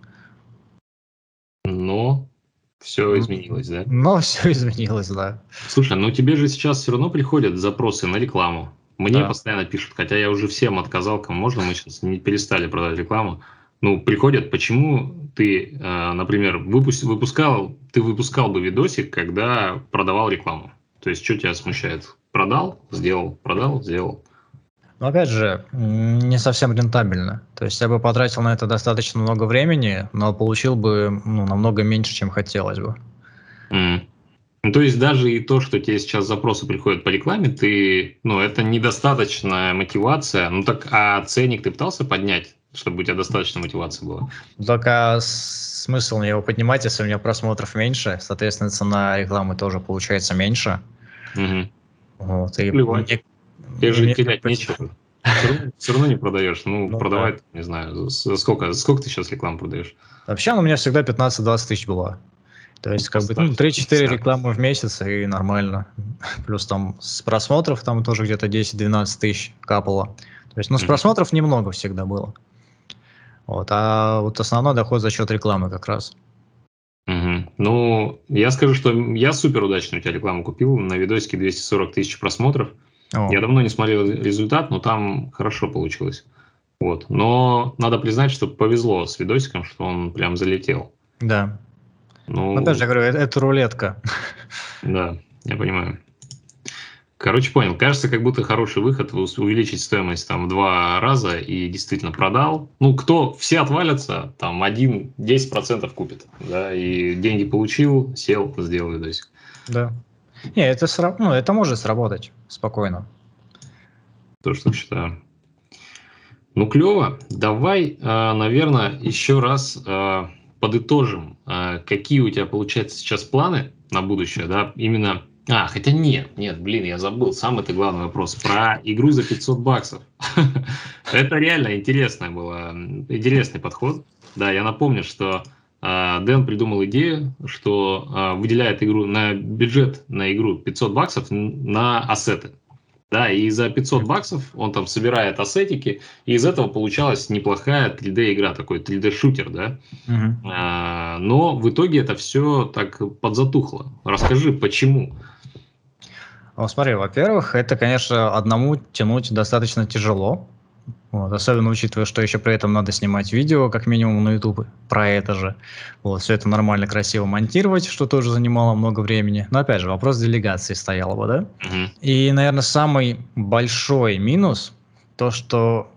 Speaker 2: Но все изменилось, да?
Speaker 3: Но все изменилось, да.
Speaker 2: Слушай, тебе же сейчас все равно приходят запросы на рекламу. Мне
Speaker 3: Да.
Speaker 2: постоянно пишут, хотя я уже всем отказал, кому можно, мы сейчас не перестали продавать рекламу. Приходят, почему ты, например, ты выпускал бы видосик, когда продавал рекламу. То есть, что тебя смущает? Продал, сделал, продал, сделал.
Speaker 3: Но опять же, не совсем рентабельно. То есть я бы потратил на это достаточно много времени, но получил бы намного меньше, чем хотелось бы.
Speaker 2: То есть даже и то, что тебе сейчас запросы приходят по рекламе, это недостаточная мотивация. А ценник ты пытался поднять, чтобы у тебя достаточно мотивации была?
Speaker 3: Только смысл мне его поднимать, если у меня просмотров меньше, соответственно, цена рекламы тоже получается меньше.
Speaker 2: Угу.
Speaker 3: Вот. И
Speaker 2: Плевать. Тебе же
Speaker 3: Имеет
Speaker 2: терять
Speaker 3: быть.
Speaker 2: нечего. Все равно не продаешь. Ну,
Speaker 3: Ну,
Speaker 2: продавай, не знаю, сколько ты сейчас реклам продаешь?
Speaker 3: Вообще, она у меня всегда 15-20 тысяч была. То есть, как бы,
Speaker 2: Поставь
Speaker 3: 3-4
Speaker 2: 50.
Speaker 3: рекламы в месяц, и нормально. Плюс там с просмотров там тоже где-то 10-12 тысяч капало. То есть, ну, с
Speaker 2: Мгм.
Speaker 3: просмотров немного всегда было. Вот, а вот основной доход за счет рекламы как раз.
Speaker 2: Мгм. Ну, я скажу, что я супер удачно у тебя рекламу купил. На видосике 240 тысяч просмотров.
Speaker 3: О,
Speaker 2: Я давно не смотрел результат, но там хорошо получилось. Вот. Но надо признать, что повезло с видосиком, что он прям залетел.
Speaker 3: да. Но опять
Speaker 2: Ну,
Speaker 3: же, я говорю, это рулетка.
Speaker 2: да, я понимаю. Короче, понял. Кажется, как будто хороший выход увеличить стоимость там в 2 раза и действительно продал. Ну, все отвалятся, там 10% купит, да, и деньги получил, сел, сделал видосик.
Speaker 3: Да. Не, это может сработать спокойно.
Speaker 2: Тоже так считаю. Ну, клево. Давай, наверное, еще раз подытожим, какие у тебя, получается, сейчас планы на будущее, да, именно... хотя нет, блин, я забыл, самый это главный вопрос, про игру за 500 баксов. Это реально интересный подход. Да, я напомню, что Дэн придумал идею, что выделяет бюджет на игру 500 баксов на ассеты. Да, и за 500 баксов он там собирает ассетики, и из этого получалась неплохая 3D-игра, такой 3D-шутер, да.
Speaker 3: Мгм.
Speaker 2: Но в итоге это все так подзатухло. Расскажи, почему?
Speaker 3: Ну, смотри, во-первых, это, конечно, одному тянуть достаточно тяжело. Вот, особенно учитывая, что еще при этом надо снимать видео, как минимум на YouTube про это же. Вот, все это нормально, красиво монтировать, что тоже занимало много времени. Но опять же, вопрос делегации стоял бы, да?
Speaker 2: Мгм.
Speaker 3: И, наверное, самый большой минус то, что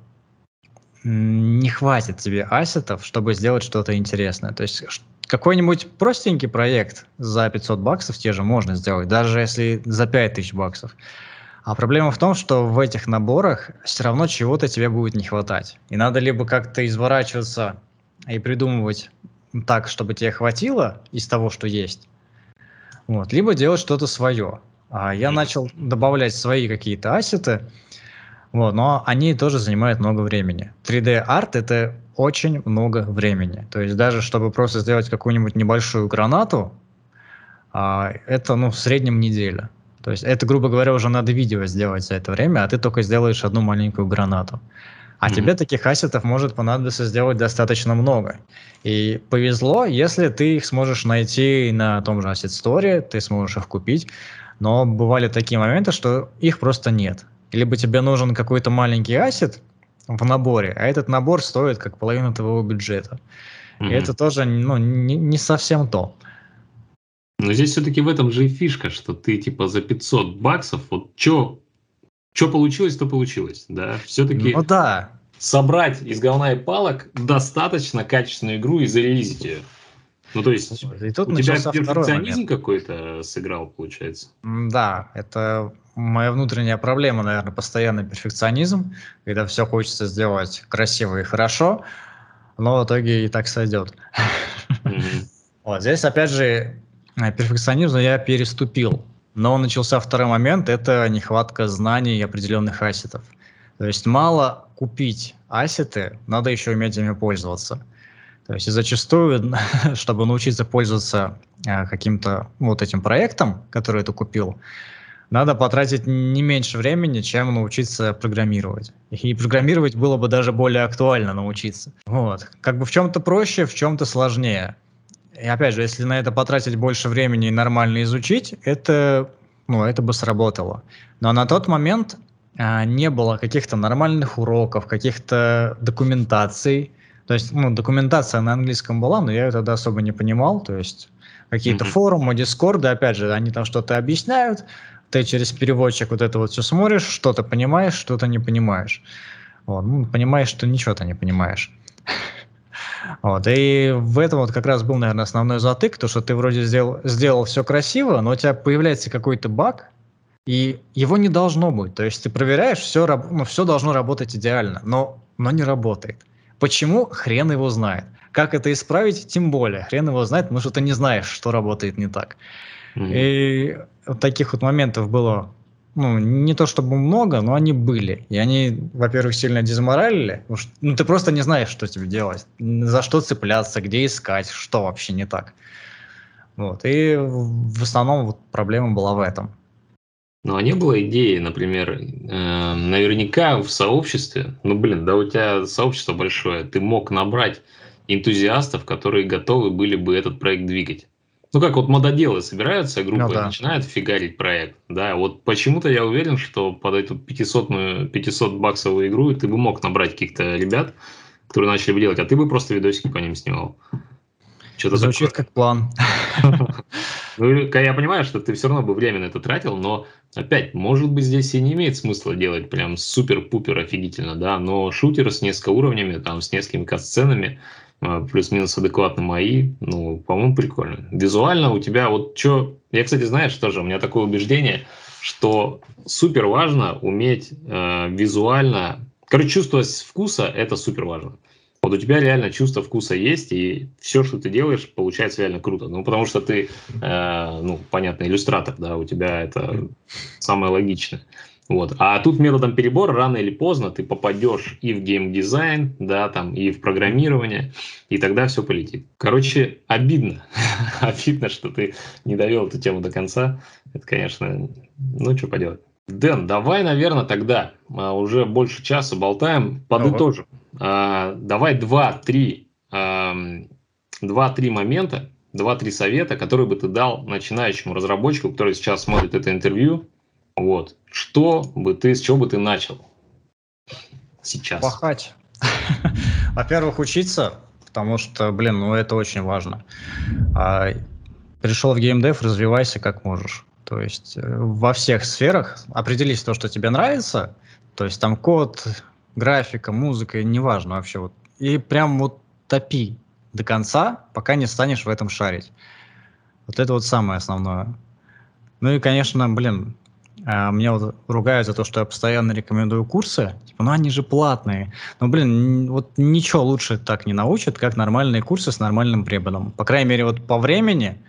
Speaker 3: не хватит тебе ассетов, чтобы сделать что-то интересное. То есть какой-нибудь простенький проект за 500 баксов те же можно сделать, даже если за 5000 баксов. А проблема в том, что в этих наборах все равно чего-то тебе будет не хватать. И надо либо как-то изворачиваться и придумывать так, чтобы тебе хватило из того, что есть, вот, либо делать что-то свое. А я начал добавлять свои какие-то ассеты, вот, но они тоже занимают много времени. 3D-арт — это очень много времени. То есть даже чтобы просто сделать какую-нибудь небольшую гранату, это, в среднем неделя. То есть это, грубо говоря, уже надо видео сделать за это время, а ты только сделаешь одну маленькую гранату. А тебе таких ассетов может понадобиться сделать достаточно много. И повезло, если ты их сможешь найти на том же Asset Store, ты сможешь их купить. Но бывали такие моменты, что их просто нет. Либо тебе нужен какой-то маленький ассет в наборе, а этот набор стоит как половину твоего бюджета. И это тоже не совсем то.
Speaker 2: Но здесь все-таки в этом же и фишка, что ты типа за 500 баксов, вот что получилось, то получилось, да. Все-таки
Speaker 3: Ну да.
Speaker 2: собрать из говна и палок достаточно качественную игру и зарелизить ее. Ну, то есть,
Speaker 3: И тут
Speaker 2: у тебя
Speaker 3: начался второй
Speaker 2: перфекционизм
Speaker 3: момент.
Speaker 2: какой-то сыграл, получается?
Speaker 3: Да, это моя внутренняя проблема, наверное, постоянный перфекционизм, когда все хочется сделать красиво и хорошо, но в итоге и так сойдет.
Speaker 2: Мгм.
Speaker 3: Вот здесь, опять же, перфекционизм я переступил. Но начался второй момент – это нехватка знаний и определенных ассетов. То есть мало купить ассеты, надо еще уметь ими пользоваться. То есть и зачастую, чтобы научиться пользоваться каким-то вот этим проектом, который ты купил, надо потратить не меньше времени, чем научиться программировать. И программировать было бы даже более актуально научиться. Вот. Как бы в чем-то проще, в чем-то сложнее. И опять же, если на это потратить больше времени и нормально изучить, это бы сработало. Но на тот момент не было каких-то нормальных уроков, каких-то документаций. То есть, документация на английском была, но я ее тогда особо не понимал. То есть какие-то форумы, дискорды, опять же, они там что-то объясняют, ты через переводчик вот это вот все смотришь, что-то понимаешь, что-то не понимаешь. Вот, понимаешь, что ничего ты не понимаешь. Вот, и в этом вот как раз был, наверное, основной затык, то, что ты вроде сделал все красиво, но у тебя появляется какой-то баг, и его не должно быть. То есть ты проверяешь, все должно работать идеально, но не работает. Почему? Хрен его знает. Как это исправить? Тем более. Хрен его знает, потому что ты не знаешь, что работает не так.
Speaker 2: Мгм.
Speaker 3: И вот таких вот моментов было ну, не то чтобы много, но они были. И они, во-первых, сильно дезморалили. Ну, ты просто не знаешь, что тебе делать, за что цепляться, где искать, что вообще не так. Вот. И в основном вот проблема была в этом.
Speaker 2: Ну, а не было идеи, например, наверняка в сообществе, ну, блин, да у тебя сообщество большое, ты мог набрать энтузиастов, которые готовы были бы этот проект двигать. Ну, как вот мододелы собираются
Speaker 3: Ну
Speaker 2: группой,
Speaker 3: да.
Speaker 2: начинают фигарить проект, да, вот почему-то я уверен, что под эту 500-баксовую игру ты бы мог набрать каких-то ребят, которые начали бы делать, а ты бы просто видосики по ним снимал. Что-то
Speaker 3: Звучит
Speaker 2: такое.
Speaker 3: как план.
Speaker 2: Ну, я понимаю, что ты все равно бы время на это тратил, но опять, может быть, здесь и не имеет смысла делать прям супер-пупер офигительно, да, но шутер с несколькими уровнями, там, с несколькими кат-сценами, плюс-минус адекватно мои, ну, по-моему, прикольно. Визуально у тебя вот что... Я, кстати, знаешь, тоже, у меня такое убеждение, что супер важно уметь визуально... Короче, чувство вкуса – это супер важно. Вот у тебя реально чувство вкуса есть, и все, что ты делаешь, получается реально круто. Ну, потому что ты, ну, понятно, иллюстратор, да, у тебя это самое логичное. Вот. А тут методом перебора рано или поздно ты попадешь и в геймдизайн, да, там, и в программирование, и тогда все полетит. Короче, обидно. Обидно, что ты не довел эту тему до конца. Это, конечно, ну, что поделать. Дэн, давай, наверное, тогда уже больше часа болтаем, подытожим. Давай 2-3 момента, 2-3 совета, которые бы ты дал начинающему разработчику, который сейчас смотрит это интервью. Вот. С чего бы ты начал сейчас?
Speaker 3: Пахать. Во-первых, учиться, потому что, блин, ну это очень важно. Пришел в геймдев, развивайся как можешь. То есть во всех сферах определись то, что тебе нравится. То есть там код, графика, музыка, неважно вообще. Вот. И прям вот топи до конца, пока не станешь в этом шарить. Вот это вот самое основное. Ну и, конечно, блин, мне вот ругают за то, что я постоянно рекомендую курсы. Типа, ну они же платные. Но, блин, вот ничего лучше так не научат, как нормальные курсы с нормальным преподом. По крайней мере, вот по времени.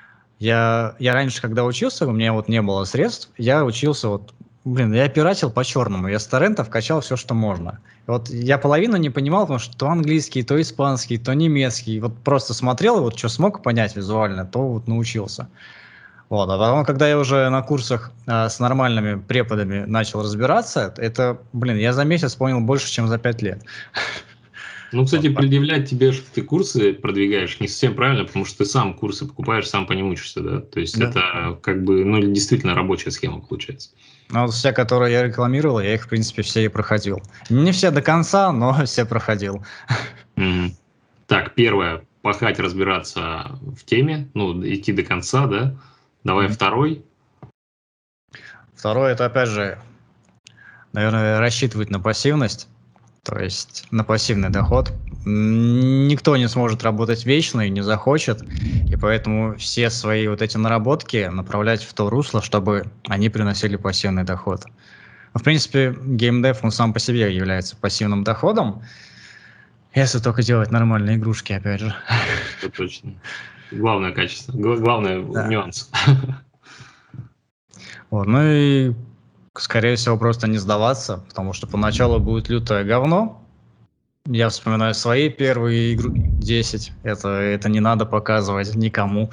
Speaker 3: Я раньше, когда учился, у меня вот не было средств, я учился вот, блин, я пиратил по-черному, я с торрентов качал все, что можно. И вот я половину не понимал, потому что то английский, то испанский, то немецкий. Вот просто смотрел, и вот что смог понять визуально, то вот научился. Вот, а потом, когда я уже на курсах с нормальными преподами начал разбираться, это, блин, я за месяц понял больше, чем за 5 лет.
Speaker 2: Ну, кстати,
Speaker 3: Вот так.
Speaker 2: предъявлять тебе, что ты курсы продвигаешь, не совсем правильно, потому что ты сам курсы покупаешь, сам по ним учишься, да? То есть
Speaker 3: Да.
Speaker 2: это как бы, ну, действительно рабочая схема получается.
Speaker 3: Ну, вот все, которые я рекламировал, я их, в принципе, все и проходил. Не все до конца, но все проходил.
Speaker 2: Мгм. Так, первое, пахать, разбираться в теме, ну, идти до конца, да? Давай второй.
Speaker 3: Второе, это, опять же, наверное, рассчитывать на пассивность, то есть на пассивный доход. Никто не сможет работать вечно и не захочет, и поэтому все свои вот эти наработки направлять в то русло, чтобы они приносили пассивный доход. В принципе, геймдев, он сам по себе является пассивным доходом, если только делать нормальные игрушки, опять же.
Speaker 2: Это точно. Главное качество, главное
Speaker 3: Да.
Speaker 2: нюанс.
Speaker 3: Вот, ну и, скорее всего, просто не сдаваться, потому что поначалу будет лютое говно. Я вспоминаю свои первые игры 10. Это не надо показывать никому.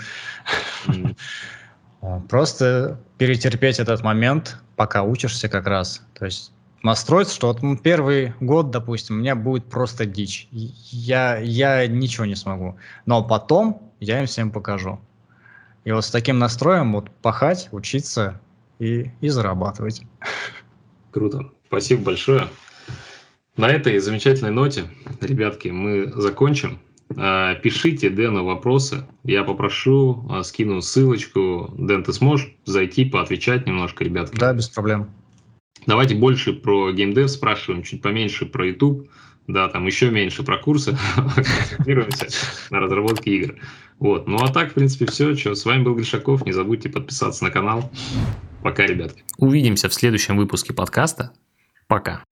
Speaker 3: Просто перетерпеть этот момент, пока учишься как раз. То есть настроиться, что вот первый год, допустим, у меня будет просто дичь. Я ничего не смогу. Но потом я им всем покажу. И вот с таким настроем вот пахать, учиться и зарабатывать.
Speaker 2: Круто. Спасибо большое. На этой замечательной ноте, ребятки, мы закончим. Пишите Дэну вопросы. Я попрошу, скину ссылочку. Дэн, ты сможешь зайти, поотвечать немножко, ребятки?
Speaker 3: Да, без проблем.
Speaker 2: Давайте больше про геймдев спрашиваем, чуть поменьше про YouTube, да, там еще меньше про курсы. Концентрируемся на разработке игр. Вот. Ну а так, в принципе, все. С вами был Гришаков. Не забудьте подписаться на канал. Пока, ребятки.
Speaker 1: Увидимся в следующем выпуске подкаста. Пока.